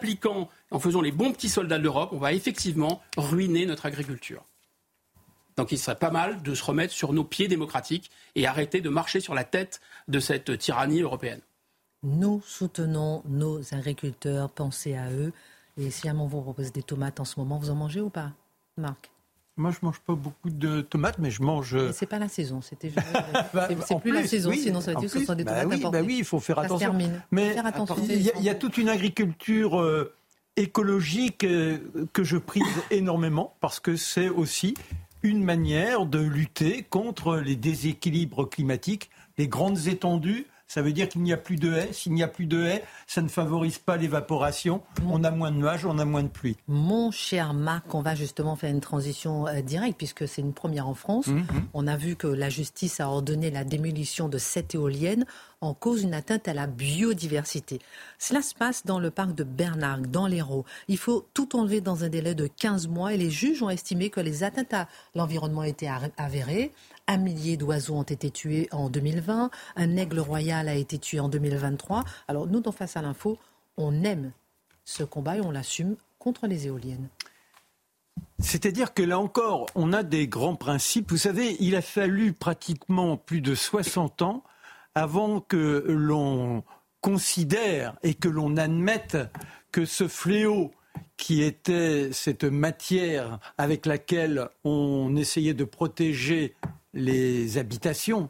en faisant les bons petits soldats de l'Europe, on va effectivement ruiner notre agriculture. Donc il serait pas mal de se remettre sur nos pieds démocratiques et arrêter de marcher sur la tête de cette tyrannie européenne. Nous soutenons nos agriculteurs, pensez à eux. Et si on vous propose des tomates en ce moment, vous en mangez ou pas, Marc? Moi, je mange pas beaucoup de tomates, mais je mange. Mais c'est pas la saison. C'est plus la saison, oui, sinon ça veut dire que ce sont des tomates importées. Oui, il faut faire attention. Ça se termine. Mais faire attention. Il y a toute une agriculture écologique que je prise énormément parce que c'est aussi une manière de lutter contre les déséquilibres climatiques, les grandes étendues. Ça veut dire qu'il n'y a plus de haies. S'il n'y a plus de haies, ça ne favorise pas l'évaporation. On a moins de nuages, on a moins de pluie. Mon cher Marc, on va justement faire une transition directe puisque c'est une première en France. On a vu que la justice a ordonné la démolition de 7 éoliennes en cause d'une atteinte à la biodiversité. Cela se passe dans le parc de Bernargues, dans l'Hérault. Il faut tout enlever dans un délai de 15 mois et les juges ont estimé que les atteintes à l'environnement étaient avérées. 1 millier d'oiseaux ont été tués en 2020. Un aigle royal a été tué en 2023. Alors nous, dans Face à l'info, on aime ce combat et on l'assume contre les éoliennes. C'est-à-dire que là encore, on a des grands principes. Vous savez, il a fallu pratiquement plus de 60 ans avant que l'on considère et que l'on admette que ce fléau qui était cette matière avec laquelle on essayait de protéger les habitations,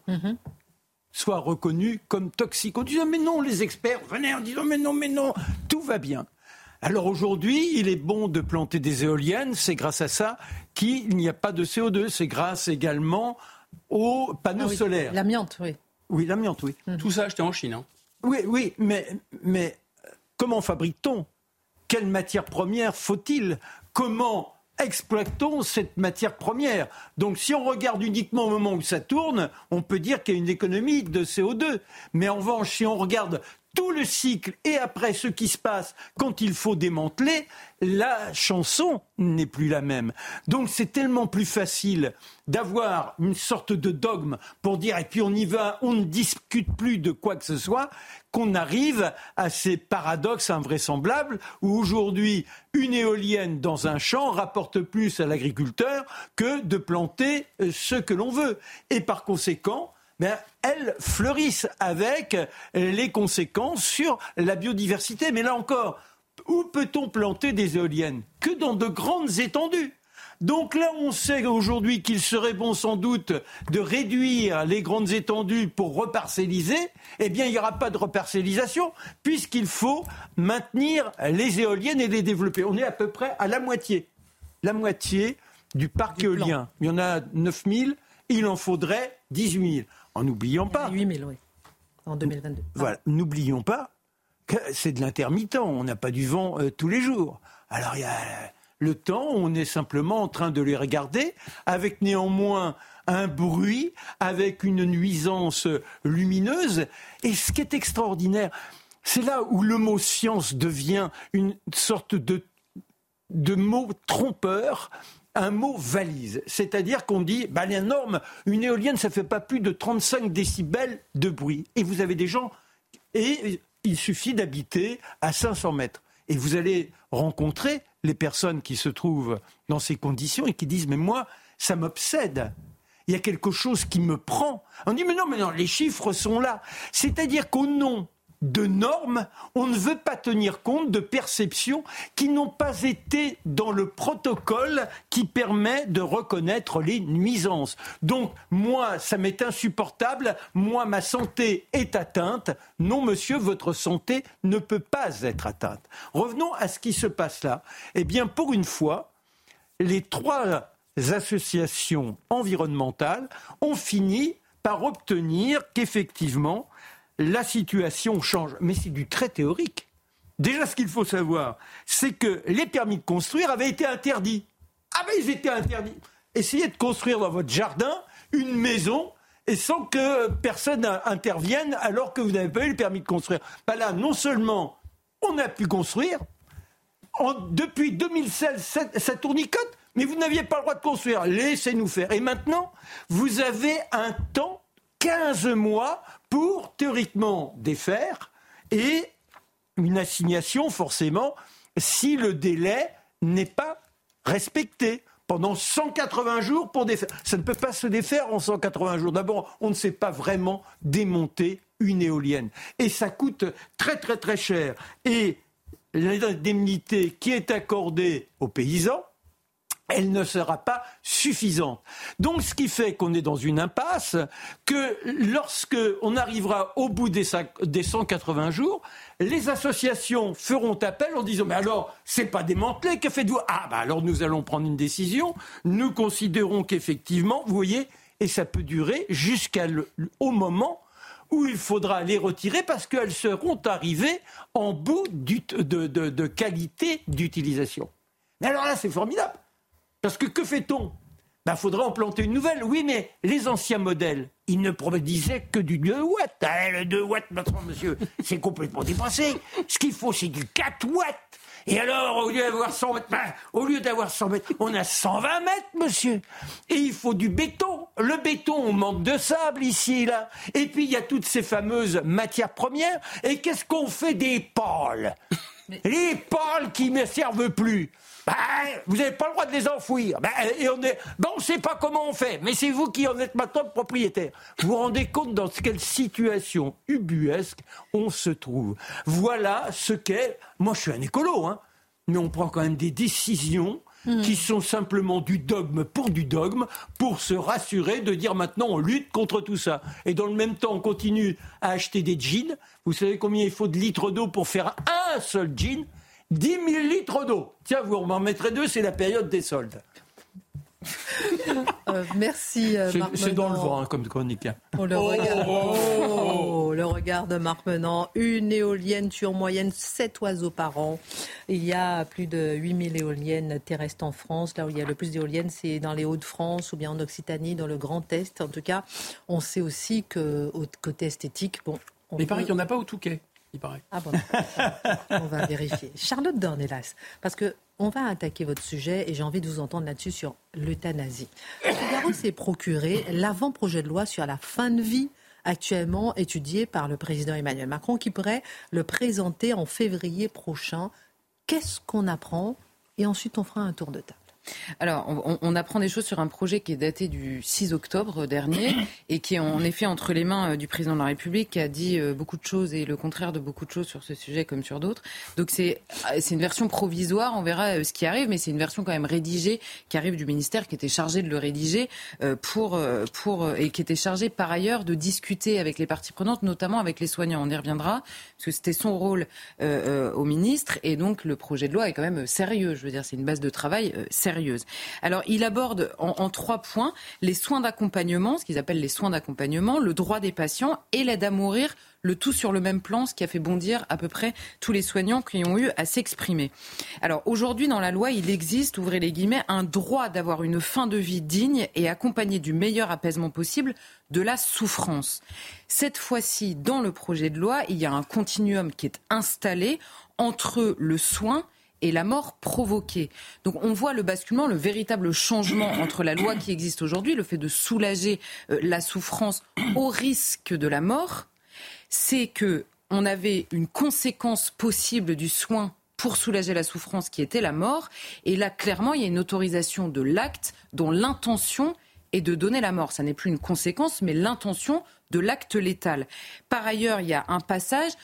soit reconnu comme toxique. On disait mais non, les experts venaient en disant mais non, tout va bien. Alors aujourd'hui, il est bon de planter des éoliennes, c'est grâce à ça qu'il n'y a pas de CO2, c'est grâce également aux panneaux solaires. L'amiante, oui. Oui, l'amiante, oui. Tout ça acheté en Chine. Oui, mais comment fabrique-t-on ? Quelle matière première faut-il ? Comment exploitons cette matière première ? Donc si on regarde uniquement au moment où ça tourne, on peut dire qu'il y a une économie de CO2. Mais en revanche, si on regarde tout le cycle et après ce qui se passe quand il faut démanteler, la chanson n'est plus la même. Donc c'est tellement plus facile d'avoir une sorte de dogme pour dire et puis on y va, on ne discute plus de quoi que ce soit, qu'on arrive à ces paradoxes invraisemblables où aujourd'hui une éolienne dans un champ rapporte plus à l'agriculteur que de planter ce que l'on veut. Et par conséquent, elles fleurissent avec les conséquences sur la biodiversité. Mais là encore, où peut-on planter des éoliennes ? Que dans de grandes étendues. Donc là, on sait aujourd'hui qu'il serait bon sans doute de réduire les grandes étendues pour reparcelliser. Eh bien, il n'y aura pas de reparcellisation puisqu'il faut maintenir les éoliennes et les développer. On est à peu près à la moitié du parc éolien. Il y en a 9 000, il en faudrait 18 000. En n'oubliant pas. 8 000, oui, en 2022. Voilà, n'oublions pas que c'est de l'intermittent. On n'a pas du vent tous les jours. Alors il y a le temps où on est simplement en train de les regarder, avec néanmoins un bruit, avec une nuisance lumineuse. Et ce qui est extraordinaire, c'est là où le mot science devient une sorte de mot trompeur, un mot valise. C'est-à-dire qu'on dit, la norme, une éolienne, ça ne fait pas plus de 35 décibels de bruit. Et vous avez des gens, et il suffit d'habiter à 500 mètres. Et vous allez rencontrer les personnes qui se trouvent dans ces conditions et qui disent, mais moi, ça m'obsède. Il y a quelque chose qui me prend. On dit, mais non, les chiffres sont là. C'est-à-dire qu'au nom de normes, on ne veut pas tenir compte de perceptions qui n'ont pas été dans le protocole qui permet de reconnaître les nuisances. Donc, moi, ça m'est insupportable, moi, ma santé est atteinte. Non, monsieur, votre santé ne peut pas être atteinte. Revenons à ce qui se passe là. Eh bien, pour une fois, les 3 associations environnementales ont fini par obtenir qu'effectivement, la situation change. Mais c'est du très théorique. Déjà, ce qu'il faut savoir, c'est que les permis de construire avaient été interdits. Ah ben, ils étaient interdits. Essayez de construire dans votre jardin une maison et sans que personne intervienne alors que vous n'avez pas eu le permis de construire. Là, non seulement on a pu construire, depuis 2016, ça tournicote, mais vous n'aviez pas le droit de construire. Laissez-nous faire. Et maintenant, vous avez un temps, 15 mois, pour théoriquement défaire et une assignation forcément si le délai n'est pas respecté pendant 180 jours pour défaire. Ça ne peut pas se défaire en 180 jours. D'abord, on ne sait pas vraiment démonter une éolienne et ça coûte très très très cher. Et l'indemnité qui est accordée aux paysans, elle ne sera pas suffisante. Donc, ce qui fait qu'on est dans une impasse, que lorsque on arrivera au bout des 180 jours, les associations feront appel en disant « Mais alors, c'est pas démantelé, que faites-vous » Ah, alors nous allons prendre une décision, nous considérons qu'effectivement, vous voyez, et ça peut durer jusqu'au moment où il faudra les retirer parce qu'elles seront arrivées en bout de qualité d'utilisation. Mais alors là, c'est formidable. Parce que fait-on ? Faudra en planter une nouvelle. Oui, mais les anciens modèles, ils ne produisaient que du 2 watts. Le 2 watts, monsieur, c'est complètement dépassé. Ce qu'il faut, c'est du 4 watts. Et alors, au lieu d'avoir 100 mètres, on a 120 mètres, monsieur. Et il faut du béton. Le béton, on manque de sable ici et là. Et puis, il y a toutes ces fameuses matières premières. Et qu'est-ce qu'on fait des pôles ? Les pôles qui ne servent plus. Vous n'avez pas le droit de les enfouir. Et on ne sait pas comment on fait, mais c'est vous qui en êtes maintenant le propriétaire. Vous vous rendez compte dans quelle situation ubuesque on se trouve. Voilà ce qu'est... Moi, je suis un écolo, mais on prend quand même des décisions qui sont simplement du dogme, pour se rassurer de dire maintenant on lutte contre tout ça. Et dans le même temps, on continue à acheter des jeans. Vous savez combien il faut de litres d'eau pour faire un seul jean ? 10 000 litres d'eau. Tiens, vous m'en mettrez 2, c'est la période des soldes. Merci Marc c'est dans le vent comme chronique. Le regard de Marc Menant. Une éolienne tue en moyenne 7 oiseaux par an. Il y a plus de 8000 éoliennes terrestres en France. Là où il y a le plus d'éoliennes, c'est dans les Hauts-de-France ou bien en Occitanie, dans le Grand Est. En tout cas, on sait aussi que côté esthétique... Mais il paraît qu'il n'y en a pas au Touquet. Il paraît. Ah bon, on va vérifier. Charlotte Dornelas, parce qu'on va attaquer votre sujet et j'ai envie de vous entendre là-dessus sur l'euthanasie. Le Figaro s'est procuré l'avant-projet de loi sur la fin de vie actuellement étudié par le président Emmanuel Macron qui pourrait le présenter en février prochain. Qu'est-ce qu'on apprend ? Et ensuite, on fera un tour de table. Alors, on apprend des choses sur un projet qui est daté du 6 octobre dernier et qui est en effet entre les mains du président de la République qui a dit beaucoup de choses et le contraire de beaucoup de choses sur ce sujet comme sur d'autres. Donc c'est une version provisoire, on verra ce qui arrive, mais c'est une version quand même rédigée qui arrive du ministère qui était chargé de le rédiger et qui était chargé par ailleurs de discuter avec les parties prenantes, notamment avec les soignants. On y reviendra parce que c'était son rôle au ministre et donc le projet de loi est quand même sérieux. Je veux dire, c'est une base de travail sérieuse. Alors, il aborde en 3 points les soins d'accompagnement, ce qu'ils appellent les soins d'accompagnement, le droit des patients et l'aide à mourir le tout sur le même plan, ce qui a fait bondir à peu près tous les soignants qui ont eu à s'exprimer. Alors aujourd'hui, dans la loi, il existe, ouvrez les guillemets, un droit d'avoir une fin de vie digne et accompagné du meilleur apaisement possible de la souffrance. Cette fois-ci, dans le projet de loi, il y a un continuum qui est installé entre le soin et la mort provoquée. Donc on voit le basculement, le véritable changement entre la loi qui existe aujourd'hui, le fait de soulager la souffrance au risque de la mort, c'est que on avait une conséquence possible du soin pour soulager la souffrance qui était la mort. Et là, clairement, il y a une autorisation de l'acte dont l'intention est de donner la mort. Ça n'est plus une conséquence, mais l'intention de l'acte létal. Par ailleurs, il y a un passage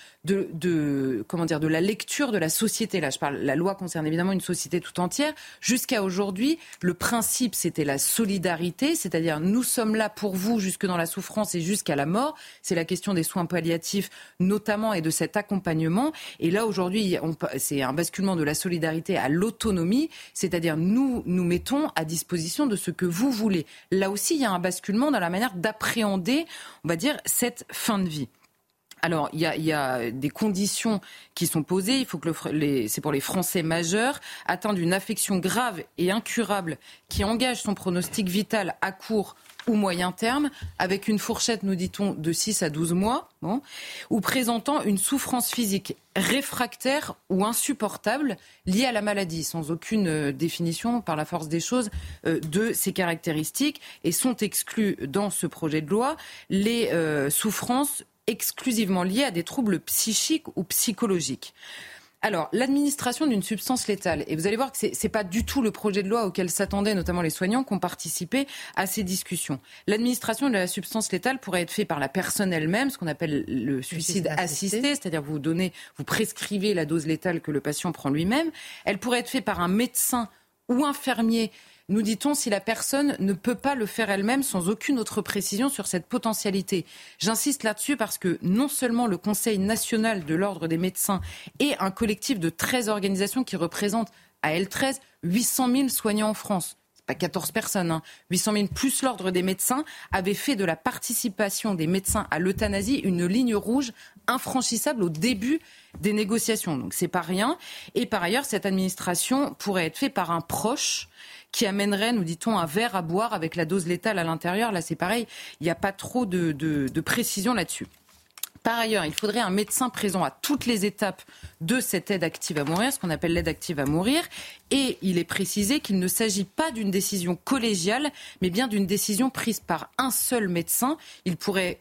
de la lecture de la société. Là, la loi concerne évidemment une société tout entière. Jusqu'à aujourd'hui, le principe, c'était la solidarité, c'est-à-dire nous sommes là pour vous jusque dans la souffrance et jusqu'à la mort. C'est la question des soins palliatifs notamment et de cet accompagnement. Et là, aujourd'hui, c'est un basculement de la solidarité à l'autonomie, c'est-à-dire nous mettons à disposition de ce que vous voulez. Là aussi, il y a un basculement dans la manière d'appréhender, on va dire, cette fin de vie. Alors, il y a des conditions qui sont posées. Il faut que c'est pour les Français majeurs atteints d'une affection grave et incurable qui engage son pronostic vital à court ou moyen terme, avec une fourchette, nous dit-on, de 6 à 12 mois, ou présentant une souffrance physique réfractaire ou insupportable liée à la maladie, sans aucune définition par la force des choses de ces caractéristiques, et sont exclues dans ce projet de loi les souffrances exclusivement liées à des troubles psychiques ou psychologiques. Alors, l'administration d'une substance létale, et vous allez voir que c'est pas du tout le projet de loi auquel s'attendaient notamment les soignants qui ont participé à ces discussions. L'administration de la substance létale pourrait être faite par la personne elle-même, ce qu'on appelle le suicide assisté, c'est-à-dire vous prescrivez la dose létale que le patient prend lui-même. Elle pourrait être faite par un médecin ou infirmier, nous dit-on, si la personne ne peut pas le faire elle-même sans aucune autre précision sur cette potentialité. J'insiste là-dessus parce que non seulement le Conseil national de l'ordre des médecins et un collectif de 13 organisations qui représentent à L13 800 000 soignants en France, c'est pas 14 personnes, 800 000 plus l'ordre des médecins, avaient fait de la participation des médecins à l'euthanasie une ligne rouge infranchissable au début des négociations. Donc c'est pas rien. Et par ailleurs, cette administration pourrait être faite par un proche qui amènerait, nous dit-on, un verre à boire avec la dose létale à l'intérieur. Là, c'est pareil, il n'y a pas trop de précision là-dessus. Par ailleurs, il faudrait un médecin présent à toutes les étapes de cette aide active à mourir, ce qu'on appelle l'aide active à mourir. Et il est précisé qu'il ne s'agit pas d'une décision collégiale, mais bien d'une décision prise par un seul médecin. Il pourrait,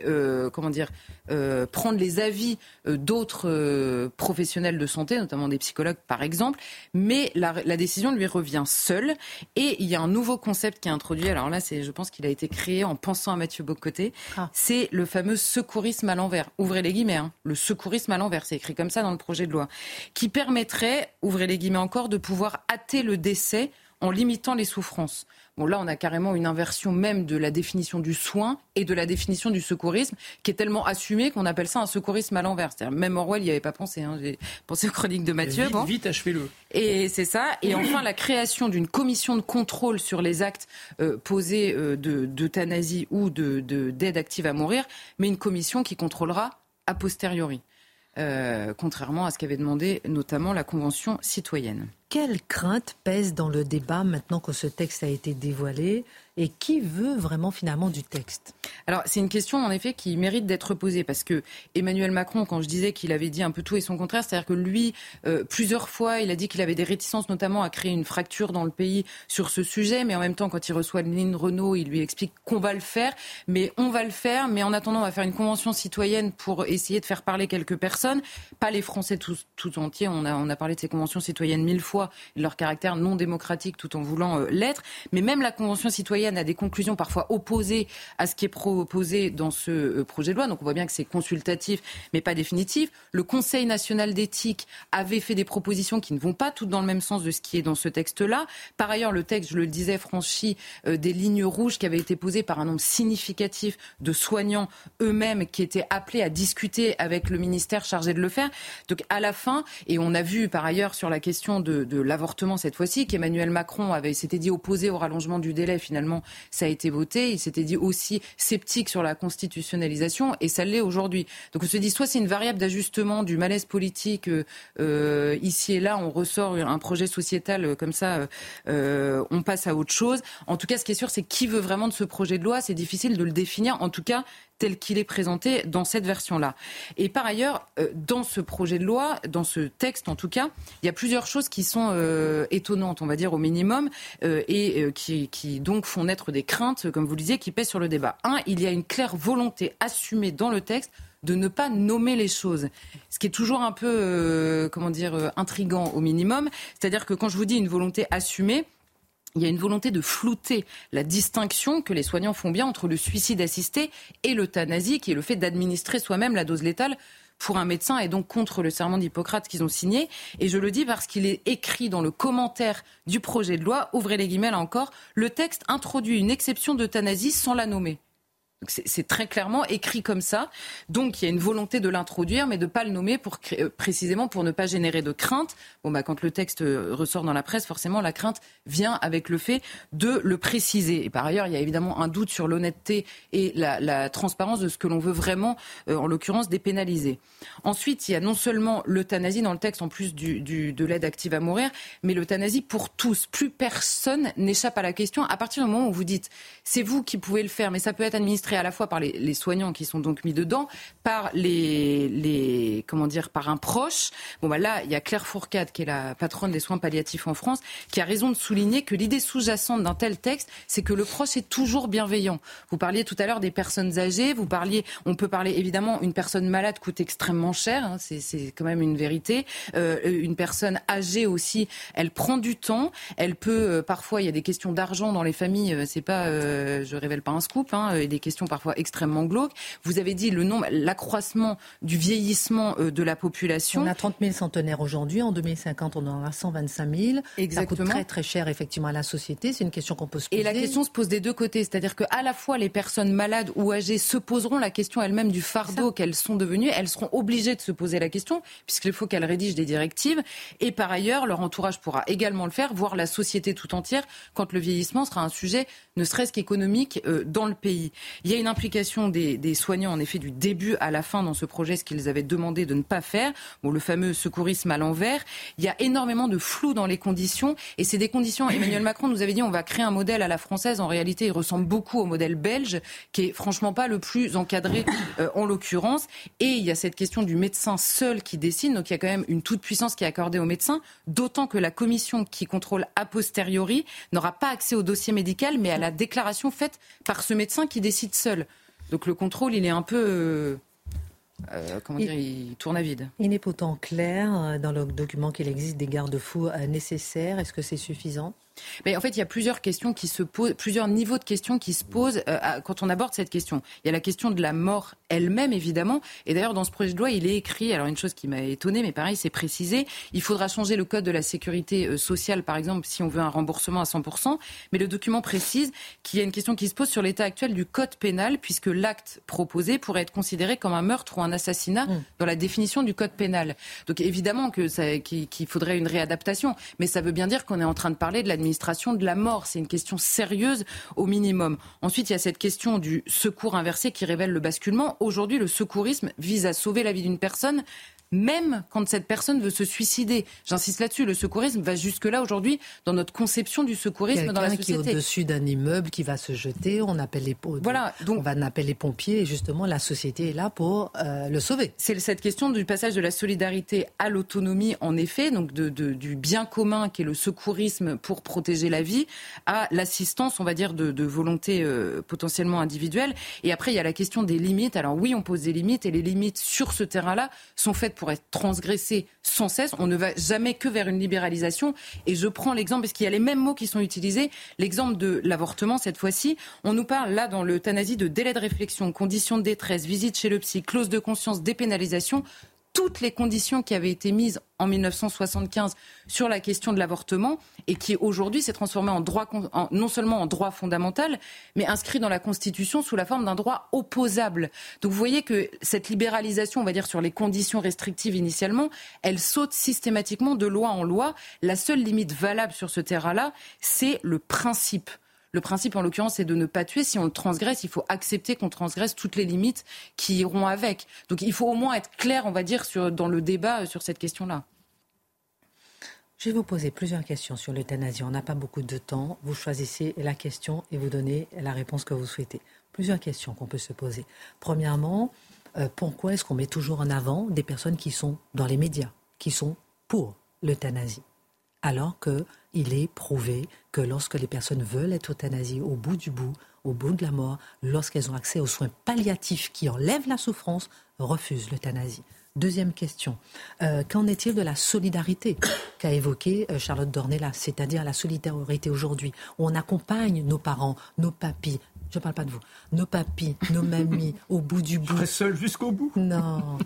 prendre les avis d'autres professionnels de santé, notamment des psychologues par exemple, mais la décision lui revient seule. Et il y a un nouveau concept qui est introduit. Alors là, je pense qu'il a été créé en pensant à Mathieu Bocoté. C'est le fameux secourisme à l'envers. Ouvrez les guillemets, le secourisme à l'envers, c'est écrit comme ça dans le projet de loi, qui permettrait, ouvrez les guillemets encore, de pouvoir hâter le décès en limitant les souffrances. Bon, là, on a carrément une inversion même de la définition du soin et de la définition du secourisme, qui est tellement assumée qu'on appelle ça un secourisme à l'envers. C'est-à-dire, même Orwell n'y avait pas pensé. J'ai pensé aux chroniques de Mathieu. Vite, achevez-le. Et c'est ça. Et enfin, la création d'une commission de contrôle sur les actes posés d'euthanasie ou d'aide active à mourir, mais une commission qui contrôlera a posteriori. Contrairement à ce qu'avait demandé notamment la Convention citoyenne. Quelle crainte pèse dans le débat maintenant que ce texte a été dévoilé et qui veut vraiment finalement du texte ? Alors c'est une question en effet qui mérite d'être posée parce que Emmanuel Macron, quand je disais qu'il avait dit un peu tout et son contraire, c'est-à-dire que lui, plusieurs fois, il a dit qu'il avait des réticences notamment à créer une fracture dans le pays sur ce sujet, mais en même temps quand il reçoit Lynn Renault, il lui explique qu'on va le faire, mais on va le faire, mais en attendant on va faire une convention citoyenne pour essayer de faire parler quelques personnes, pas les Français tout entiers, on a parlé de ces conventions citoyennes 1000 fois, et de leur caractère non démocratique tout en voulant l'être, mais même la convention citoyenne a des conclusions parfois opposées à ce qui est proposé dans ce projet de loi, donc on voit bien que c'est consultatif mais pas définitif. Le Conseil national d'éthique avait fait des propositions qui ne vont pas toutes dans le même sens de ce qui est dans ce texte-là. Par ailleurs, le texte, je le disais, franchit des lignes rouges qui avaient été posées par un nombre significatif de soignants eux-mêmes qui étaient appelés à discuter avec le ministère chargé de le faire. Donc à la fin, et on a vu par ailleurs sur la question de de l'avortement cette fois-ci, qu'Emmanuel Macron s'était dit opposé au rallongement du délai, finalement ça a été voté. Il s'était dit aussi sceptique sur la constitutionnalisation et ça l'est aujourd'hui. Donc on se dit soit c'est une variable d'ajustement du malaise politique ici et là, on ressort un projet sociétal comme ça, on passe à autre chose. En tout cas, ce qui est sûr, c'est qui veut vraiment de ce projet de loi. C'est difficile de le définir, en tout cas tel qu'il est présenté dans cette version-là. Et par ailleurs, dans ce projet de loi, dans ce texte en tout cas, il y a plusieurs choses qui sont étonnantes, on va dire au minimum, et qui donc font naître des craintes, comme vous le disiez, qui pèsent sur le débat. Il y a une claire volonté assumée dans le texte de ne pas nommer les choses. Ce qui est toujours un peu, intriguant au minimum. C'est-à-dire que quand je vous dis une volonté assumée, il y a une volonté de flouter la distinction que les soignants font bien entre le suicide assisté et l'euthanasie, qui est le fait d'administrer soi-même la dose létale pour un médecin et donc contre le serment d'Hippocrate qu'ils ont signé. Et je le dis parce qu'il est écrit dans le commentaire du projet de loi, ouvrez les guillemets là encore, le texte introduit une exception d'euthanasie sans la nommer. Donc c'est très clairement écrit comme ça. Donc il y a une volonté de l'introduire, mais de ne pas le nommer précisément pour ne pas générer de crainte. Quand le texte ressort dans la presse, forcément la crainte vient avec le fait de le préciser. Et par ailleurs, il y a évidemment un doute sur l'honnêteté et la transparence de ce que l'on veut vraiment, en l'occurrence, dépénaliser. Ensuite, il y a non seulement l'euthanasie dans le texte, en plus de l'aide active à mourir, mais l'euthanasie pour tous. Plus personne n'échappe à la question. À partir du moment où vous dites, c'est vous qui pouvez le faire, mais ça peut être administré à la fois par les soignants qui sont donc mis dedans, par par un proche. Là, il y a Claire Fourcade, qui est la patronne des soins palliatifs en France, qui a raison de souligner que l'idée sous-jacente d'un tel texte, c'est que le proche est toujours bienveillant. Vous parliez tout à l'heure des personnes âgées, on peut parler évidemment, une personne malade coûte extrêmement cher, c'est quand même une vérité. Une personne âgée aussi, elle prend du temps, elle peut, parfois il y a des questions d'argent dans les familles, c'est pas, je révèle pas un scoop, et des questions parfois extrêmement glauques. Vous avez dit l'accroissement du vieillissement de la population. On a 30 000 centenaires aujourd'hui. En 2050, on en aura 125 000. Exactement. Ça coûte très très cher effectivement à la société. C'est une question qu'on peut se poser. Et la question se pose des deux côtés. C'est-à-dire qu'à la fois les personnes malades ou âgées se poseront la question elles-mêmes du fardeau qu'elles sont devenues. Elles seront obligées de se poser la question puisqu'il faut qu'elles rédigent des directives. Et par ailleurs, leur entourage pourra également le faire, voire la société tout entière, quand le vieillissement sera un sujet ne serait-ce qu'économique dans le pays. Il y a une implication des soignants, en effet, du début à la fin dans ce projet, ce qu'ils avaient demandé de ne pas faire. Le fameux secourisme à l'envers. Il y a énormément de flou dans les conditions. Et c'est des conditions, Emmanuel Macron nous avait dit, on va créer un modèle à la française. En réalité, il ressemble beaucoup au modèle belge, qui est franchement pas le plus encadré en l'occurrence. Et il y a cette question du médecin seul qui décide. Donc il y a quand même une toute-puissance qui est accordée au médecin. D'autant que la commission qui contrôle a posteriori n'aura pas accès au dossier médical, mais à la déclaration faite par ce médecin qui décide seul. Donc le contrôle, il est un peu... il tourne à vide. Il n'est pourtant clair dans le document qu'il existe des garde-fous nécessaires. Est-ce que c'est suffisant ? Mais en fait, il y a plusieurs questions qui se posent, plusieurs niveaux de questions qui se posent quand on aborde cette question. Il y a la question de la mort elle-même, évidemment. Et d'ailleurs, dans ce projet de loi, il est écrit, alors une chose qui m'a étonnée, mais pareil, c'est précisé, il faudra changer le code de la sécurité sociale, par exemple, si on veut un remboursement à 100%. Mais le document précise qu'il y a une question qui se pose sur l'état actuel du code pénal, puisque l'acte proposé pourrait être considéré comme un meurtre ou un assassinat dans la définition du code pénal. Donc évidemment qu'il faudrait une réadaptation. Mais ça veut bien dire qu'on est en train de parler de l'administration de la mort. C'est une question sérieuse au minimum. Ensuite, il y a cette question du secours inversé qui révèle le basculement. Aujourd'hui, le secourisme vise à sauver la vie d'une personne, même quand cette personne veut se suicider. J'insiste là-dessus, le secourisme va jusque-là aujourd'hui dans notre conception du secourisme dans la société. Quelqu'un qui est au-dessus d'un immeuble, qui va se jeter, on appelle on va appeler les pompiers et justement la société est là pour le sauver. C'est cette question du passage de la solidarité à l'autonomie, en effet, donc du bien commun qui est le secourisme pour protéger la vie, à l'assistance, on va dire, de volonté potentiellement individuelle. Et après, il y a la question des limites. Alors oui, on pose des limites et les limites sur ce terrain-là sont faites pour être transgressé sans cesse. On ne va jamais que vers une libéralisation. Et je prends l'exemple, parce qu'il y a les mêmes mots qui sont utilisés, l'exemple de l'avortement cette fois-ci. On nous parle là dans l'euthanasie de délai de réflexion, conditions de détresse, visite chez le psy, clause de conscience, dépénalisation. toutes les conditions qui avaient été mises en 1975 sur la question de l'avortement et qui aujourd'hui s'est transformé non seulement en droit fondamental, mais inscrit dans la Constitution sous la forme d'un droit opposable. Donc vous voyez que cette libéralisation, on va dire, sur les conditions restrictives initialement, elle saute systématiquement de loi en loi. La seule limite valable sur ce terrain-là, c'est le principe. Le principe, en l'occurrence, c'est de ne pas tuer. Si on le transgresse, il faut accepter qu'on transgresse toutes les limites qui iront avec. Donc il faut au moins être clair, on va dire, dans le débat sur cette question-là. Je vais vous poser plusieurs questions sur l'euthanasie. On n'a pas beaucoup de temps. Vous choisissez la question et vous donnez la réponse que vous souhaitez. Plusieurs questions qu'on peut se poser. Premièrement, pourquoi est-ce qu'on met toujours en avant des personnes qui sont dans les médias, qui sont pour l'euthanasie ? Alors qu'il est prouvé que lorsque les personnes veulent être euthanasiées au bout de la mort, lorsqu'elles ont accès aux soins palliatifs qui enlèvent la souffrance, refusent l'euthanasie. Deuxième question, qu'en est-il de la solidarité qu'a évoquée Charlotte Dornelas, c'est-à-dire la solidarité aujourd'hui, où on accompagne nos parents, nos papis, je ne parle pas de vous, nos papis, nos mamies, au bout du bout. Je serai seul jusqu'au bout. Non,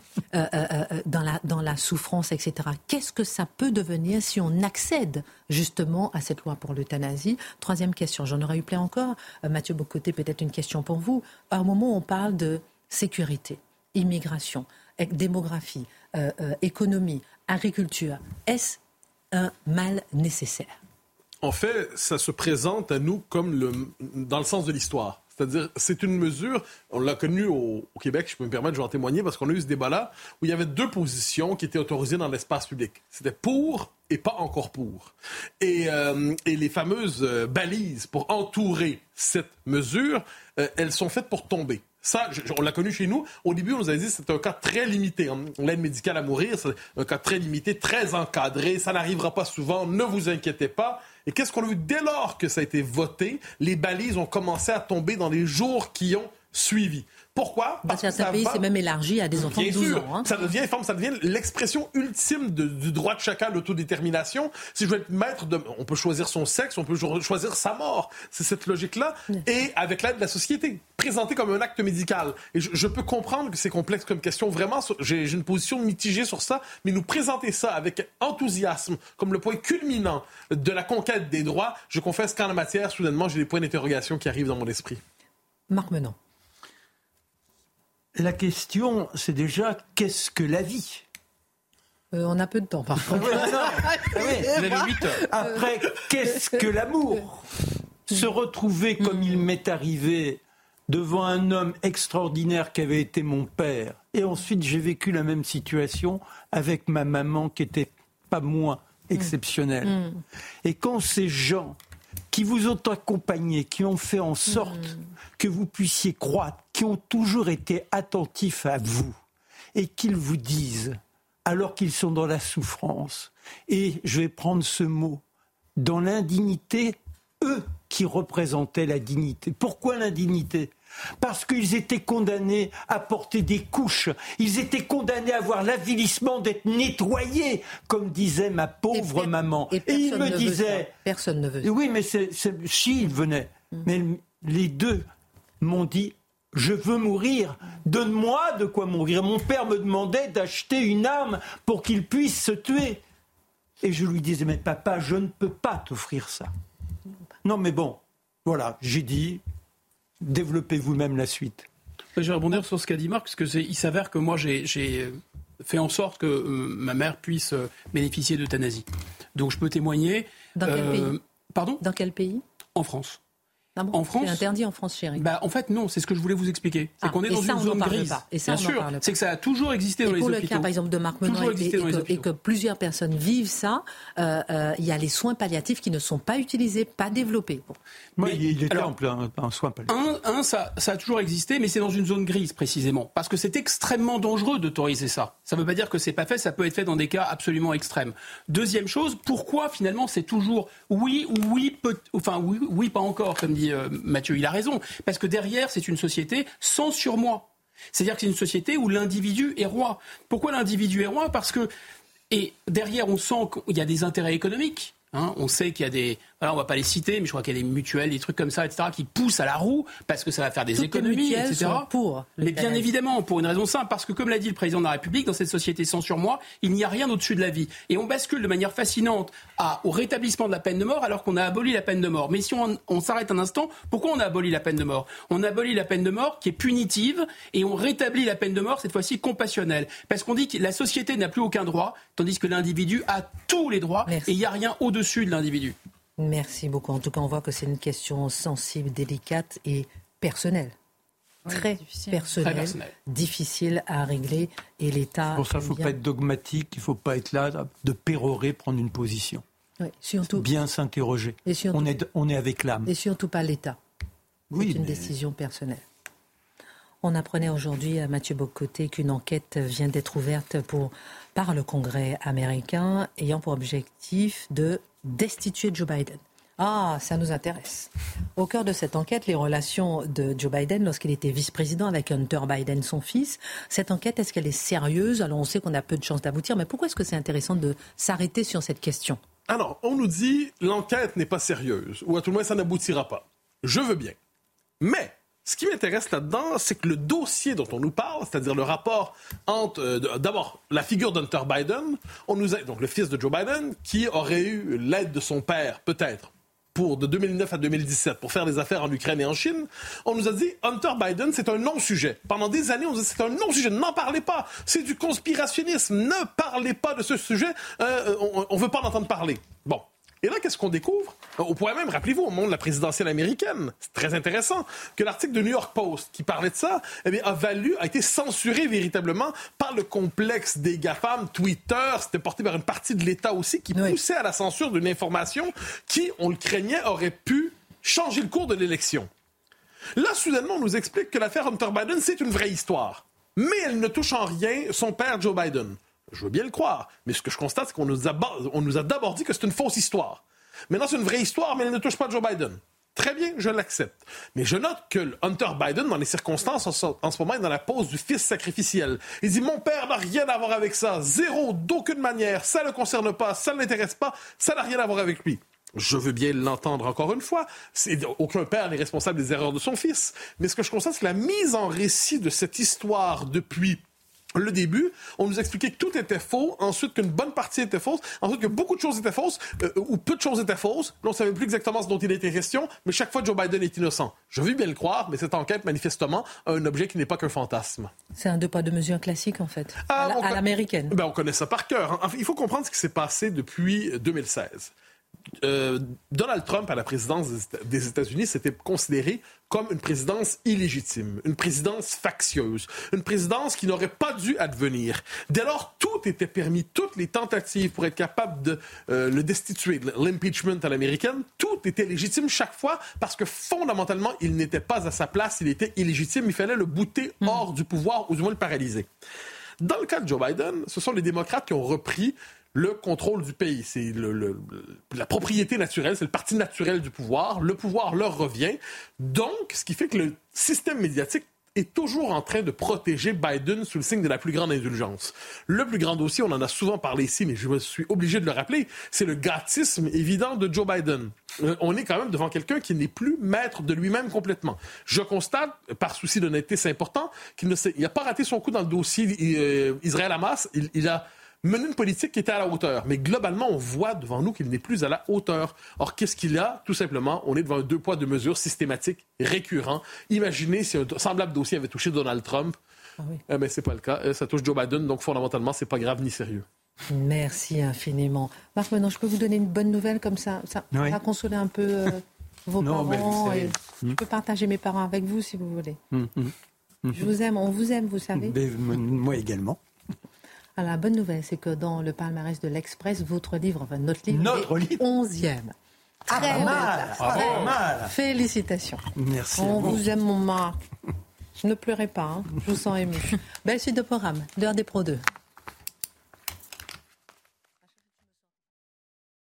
dans la souffrance, etc. Qu'est-ce que ça peut devenir si on accède justement à cette loi pour l'euthanasie ? Troisième question, j'en aurais eu plein encore. Mathieu Bocoté, peut-être une question pour vous. À un moment, on parle de sécurité, immigration, démographie, économie, agriculture. Est-ce un mal nécessaire ? En fait, ça se présente à nous comme dans le sens de l'histoire. C'est-à-dire, c'est une mesure, on l'a connue au Québec, je peux me permettre, je vais en témoigner, parce qu'on a eu ce débat-là, où il y avait deux positions qui étaient autorisées dans l'espace public. C'était pour et pas encore pour. Et les fameuses balises pour entourer cette mesure, elles sont faites pour tomber. Ça, on l'a connu chez nous. Au début, on nous avait dit que c'était un cas très limité. L'aide médicale à mourir, c'est un cas très limité, très encadré. Ça n'arrivera pas souvent, ne vous inquiétez pas. Et qu'est-ce qu'on a vu dès lors que ça a été voté? Les balises ont commencé à tomber dans les jours qui ont suivi. Pourquoi? Dans certains pays, c'est même élargi à des enfants de 12 ans. Hein. Ça devient l'expression ultime du droit de chacun à l'autodétermination. Si je veux être maître on peut choisir son sexe, on peut choisir sa mort. C'est cette logique-là. Et avec l'aide de la société, présenté comme un acte médical. Et je peux comprendre que c'est complexe comme question. Vraiment, j'ai une position mitigée sur ça. Mais nous présenter ça avec enthousiasme, comme le point culminant de la conquête des droits, je confesse qu'en la matière, soudainement, j'ai des points d'interrogation qui arrivent dans mon esprit. Marc Menon. La question, c'est déjà, qu'est-ce que la vie ? On a peu de temps, par contre. Après, qu'est-ce que l'amour ? Se retrouver comme il m'est arrivé devant un homme extraordinaire qui avait été mon père. Et ensuite, j'ai vécu la même situation avec ma maman qui n'était pas moins exceptionnelle. Et quand ces gens qui vous ont accompagné, qui ont fait en sorte que vous puissiez croître, qui ont toujours été attentifs à vous, et qu'ils vous disent, alors qu'ils sont dans la souffrance, et je vais prendre ce mot, dans l'indignité, eux qui représentaient la dignité. Pourquoi l'indignité ? Parce qu'ils étaient condamnés à porter des couches, ils étaient condamnés à avoir l'avilissement d'être nettoyés, comme disait ma pauvre maman. Et il me disait... Personne ne veut ça. Oui, mais si, il venait. Mais les deux m'ont dit, je veux mourir, donne-moi de quoi mourir. Mon père me demandait d'acheter une arme pour qu'il puisse se tuer. Et je lui disais, mais papa, je ne peux pas t'offrir ça. Non, mais bon, voilà, j'ai dit... Développez vous-même la suite. Je vais rebondir sur ce qu'a dit Marc, parce qu'il s'avère que moi, j'ai fait en sorte que ma mère puisse bénéficier d'euthanasie. Donc je peux témoigner. Dans quel pays ? Pardon ? Dans quel pays ? En France. Ah bon, en France, c'est interdit en France, chérie. En fait, non, c'est ce que je voulais vous expliquer. C'est qu'on est dans une zone grise. Et ça, bien sûr, c'est que ça a toujours existé dans les hôpitaux. Pour le cas, par exemple, de Marc Menon et que plusieurs personnes vivent ça, il y a les soins palliatifs qui ne sont pas utilisés, pas développés. Bon. Mais il était en plein soin palliatif. Ça a toujours existé, mais c'est dans une zone grise, précisément. Parce que c'est extrêmement dangereux d'autoriser ça. Ça ne veut pas dire que c'est pas fait, ça peut être fait dans des cas absolument extrêmes. Deuxième chose, pourquoi finalement c'est toujours oui, pas encore, comme dit Mathieu. Il a raison, parce que derrière, c'est une société sans surmoi. C'est-à-dire que c'est une société où l'individu est roi. Pourquoi l'individu est roi ? Parce que, et derrière, on sent qu'il y a des intérêts économiques. On sait qu'il y a des... Voilà, on ne va pas les citer, mais je crois qu'il y a des mutuelles, des trucs comme ça, etc., qui poussent à la roue parce que ça va faire des économies, etc. Sont pour mais bien évidemment, pour une raison simple, parce que comme l'a dit le président de la République, dans cette société sans surmoi, il n'y a rien au-dessus de la vie. Et on bascule de manière fascinante au rétablissement de la peine de mort alors qu'on a aboli la peine de mort. Mais si on s'arrête un instant, pourquoi on a aboli la peine de mort ? On a aboli la peine de mort qui est punitive et on rétablit la peine de mort, cette fois-ci compassionnelle. Parce qu'on dit que la société n'a plus aucun droit, tandis que l'individu a tous les droits. Merci. Et il n'y a rien au-dessus de l'individu. Merci beaucoup. En tout cas, on voit que c'est une question sensible, délicate et personnelle. Oui, très personnelle, difficile à régler. Et l'État... Pour ça, il ne faut pas être dogmatique, il ne faut pas être là de pérorer, prendre une position. Oui, surtout... Bien s'interroger. Et surtout, on est avec l'âme. Et surtout pas l'État. C'est une décision personnelle. On apprenait aujourd'hui à Mathieu Bock-Côté qu'une enquête vient d'être ouverte par le Congrès américain ayant pour objectif de destituer Joe Biden. Ah, ça nous intéresse. Au cœur de cette enquête, les relations de Joe Biden lorsqu'il était vice-président avec Hunter Biden, son fils. Cette enquête, est-ce qu'elle est sérieuse ? Alors on sait qu'on a peu de chances d'aboutir, mais pourquoi est-ce que c'est intéressant de s'arrêter sur cette question ? Alors, on nous dit l'enquête n'est pas sérieuse, ou à tout le moins ça n'aboutira pas. Je veux bien. Mais ce qui m'intéresse là-dedans, c'est que le dossier dont on nous parle, c'est-à-dire le rapport entre, d'abord, la figure d'Hunter Biden, donc le fils de Joe Biden, qui aurait eu l'aide de son père, peut-être, de 2009 à 2017, pour faire des affaires en Ukraine et en Chine, on nous a dit Hunter Biden, c'est un non-sujet. Pendant des années, on nous a dit c'est un non-sujet, n'en parlez pas, c'est du conspirationnisme, ne parlez pas de ce sujet, on ne veut pas en entendre parler. Bon. Et là, qu'est-ce qu'on découvre? On pourrait même, rappelez-vous, au moment de la présidentielle américaine, c'est très intéressant, que l'article de New York Post qui parlait de ça, a été censuré véritablement par le complexe des GAFAM, Twitter, c'était porté par une partie de l'État aussi, qui poussait à la censure d'une information qui, on le craignait, aurait pu changer le cours de l'élection. Là, soudainement, on nous explique que l'affaire Hunter Biden, c'est une vraie histoire. Mais elle ne touche en rien son père, Joe Biden. Je veux bien le croire, mais ce que je constate, c'est qu'on nous a d'abord dit que c'est une fausse histoire. Maintenant, c'est une vraie histoire, mais elle ne touche pas Joe Biden. Très bien, je l'accepte. Mais je note que Hunter Biden, dans les circonstances, en ce moment, est dans la pose du fils sacrificiel. Il dit « Mon père n'a rien à voir avec ça. Zéro, d'aucune manière. Ça ne le concerne pas, ça ne l'intéresse pas, ça n'a rien à voir avec lui. » Je veux bien l'entendre encore une fois. Aucun père n'est responsable des erreurs de son fils. Mais ce que je constate, c'est que la mise en récit de cette histoire depuis le début, on nous expliquait que tout était faux, ensuite qu'une bonne partie était fausse, ensuite que beaucoup de choses étaient fausses, ou peu de choses étaient fausses. Là, on ne savait plus exactement ce dont il était question, mais chaque fois, Joe Biden est innocent. Je veux bien le croire, mais cette enquête, manifestement, a un objet qui n'est pas qu'un fantasme. C'est un deux poids, deux mesures classique, en fait, à l'américaine. Ben, on connaît ça par cœur. Enfin, il faut comprendre ce qui s'est passé depuis 2016. Donald Trump, à la présidence des États-Unis, s'était considéré comme une présidence illégitime, une présidence factieuse, une présidence qui n'aurait pas dû advenir. Dès lors, tout était permis, toutes les tentatives pour être capable de le destituer, l'impeachment à l'américaine, tout était légitime chaque fois parce que fondamentalement, il n'était pas à sa place, il était illégitime, il fallait le bouter hors du pouvoir ou du moins le paralyser. Dans le cas de Joe Biden, ce sont les démocrates qui ont repris le contrôle du pays. C'est la propriété naturelle, c'est le parti naturel du pouvoir. Le pouvoir leur revient. Donc, ce qui fait que le système médiatique est toujours en train de protéger Biden sous le signe de la plus grande indulgence. Le plus grand dossier, on en a souvent parlé ici, mais je me suis obligé de le rappeler, c'est le gâtisme évident de Joe Biden. On est quand même devant quelqu'un qui n'est plus maître de lui-même complètement. Je constate, par souci d'honnêteté, c'est important, qu'il n'a pas raté son coup dans le dossier Israël-Hamas. Il a mener une politique qui était à la hauteur. Mais globalement, on voit devant nous qu'il n'est plus à la hauteur. Or, qu'est-ce qu'il y a? Tout simplement, on est devant un deux poids, deux mesures systématique, récurrent. Imaginez si un semblable dossier avait touché Donald Trump. Ah oui. Mais c'est pas le cas. Ça touche Joe Biden, donc fondamentalement, c'est pas grave ni sérieux. Merci infiniment. Marc, maintenant, je peux vous donner une bonne nouvelle comme ça? Ça va consoler un peu vos parents. Je peux partager mes parents avec vous, si vous voulez. Je vous aime, on vous aime, vous savez. Moi également. Alors, la bonne nouvelle, c'est que dans le palmarès de l'Express, notre livre est 11e. Très mal. Félicitations. Merci. On vous aime, mon Marc. Ne pleurez pas, je vous sens ému. Belle suite de programme, l'heure des Pro 2.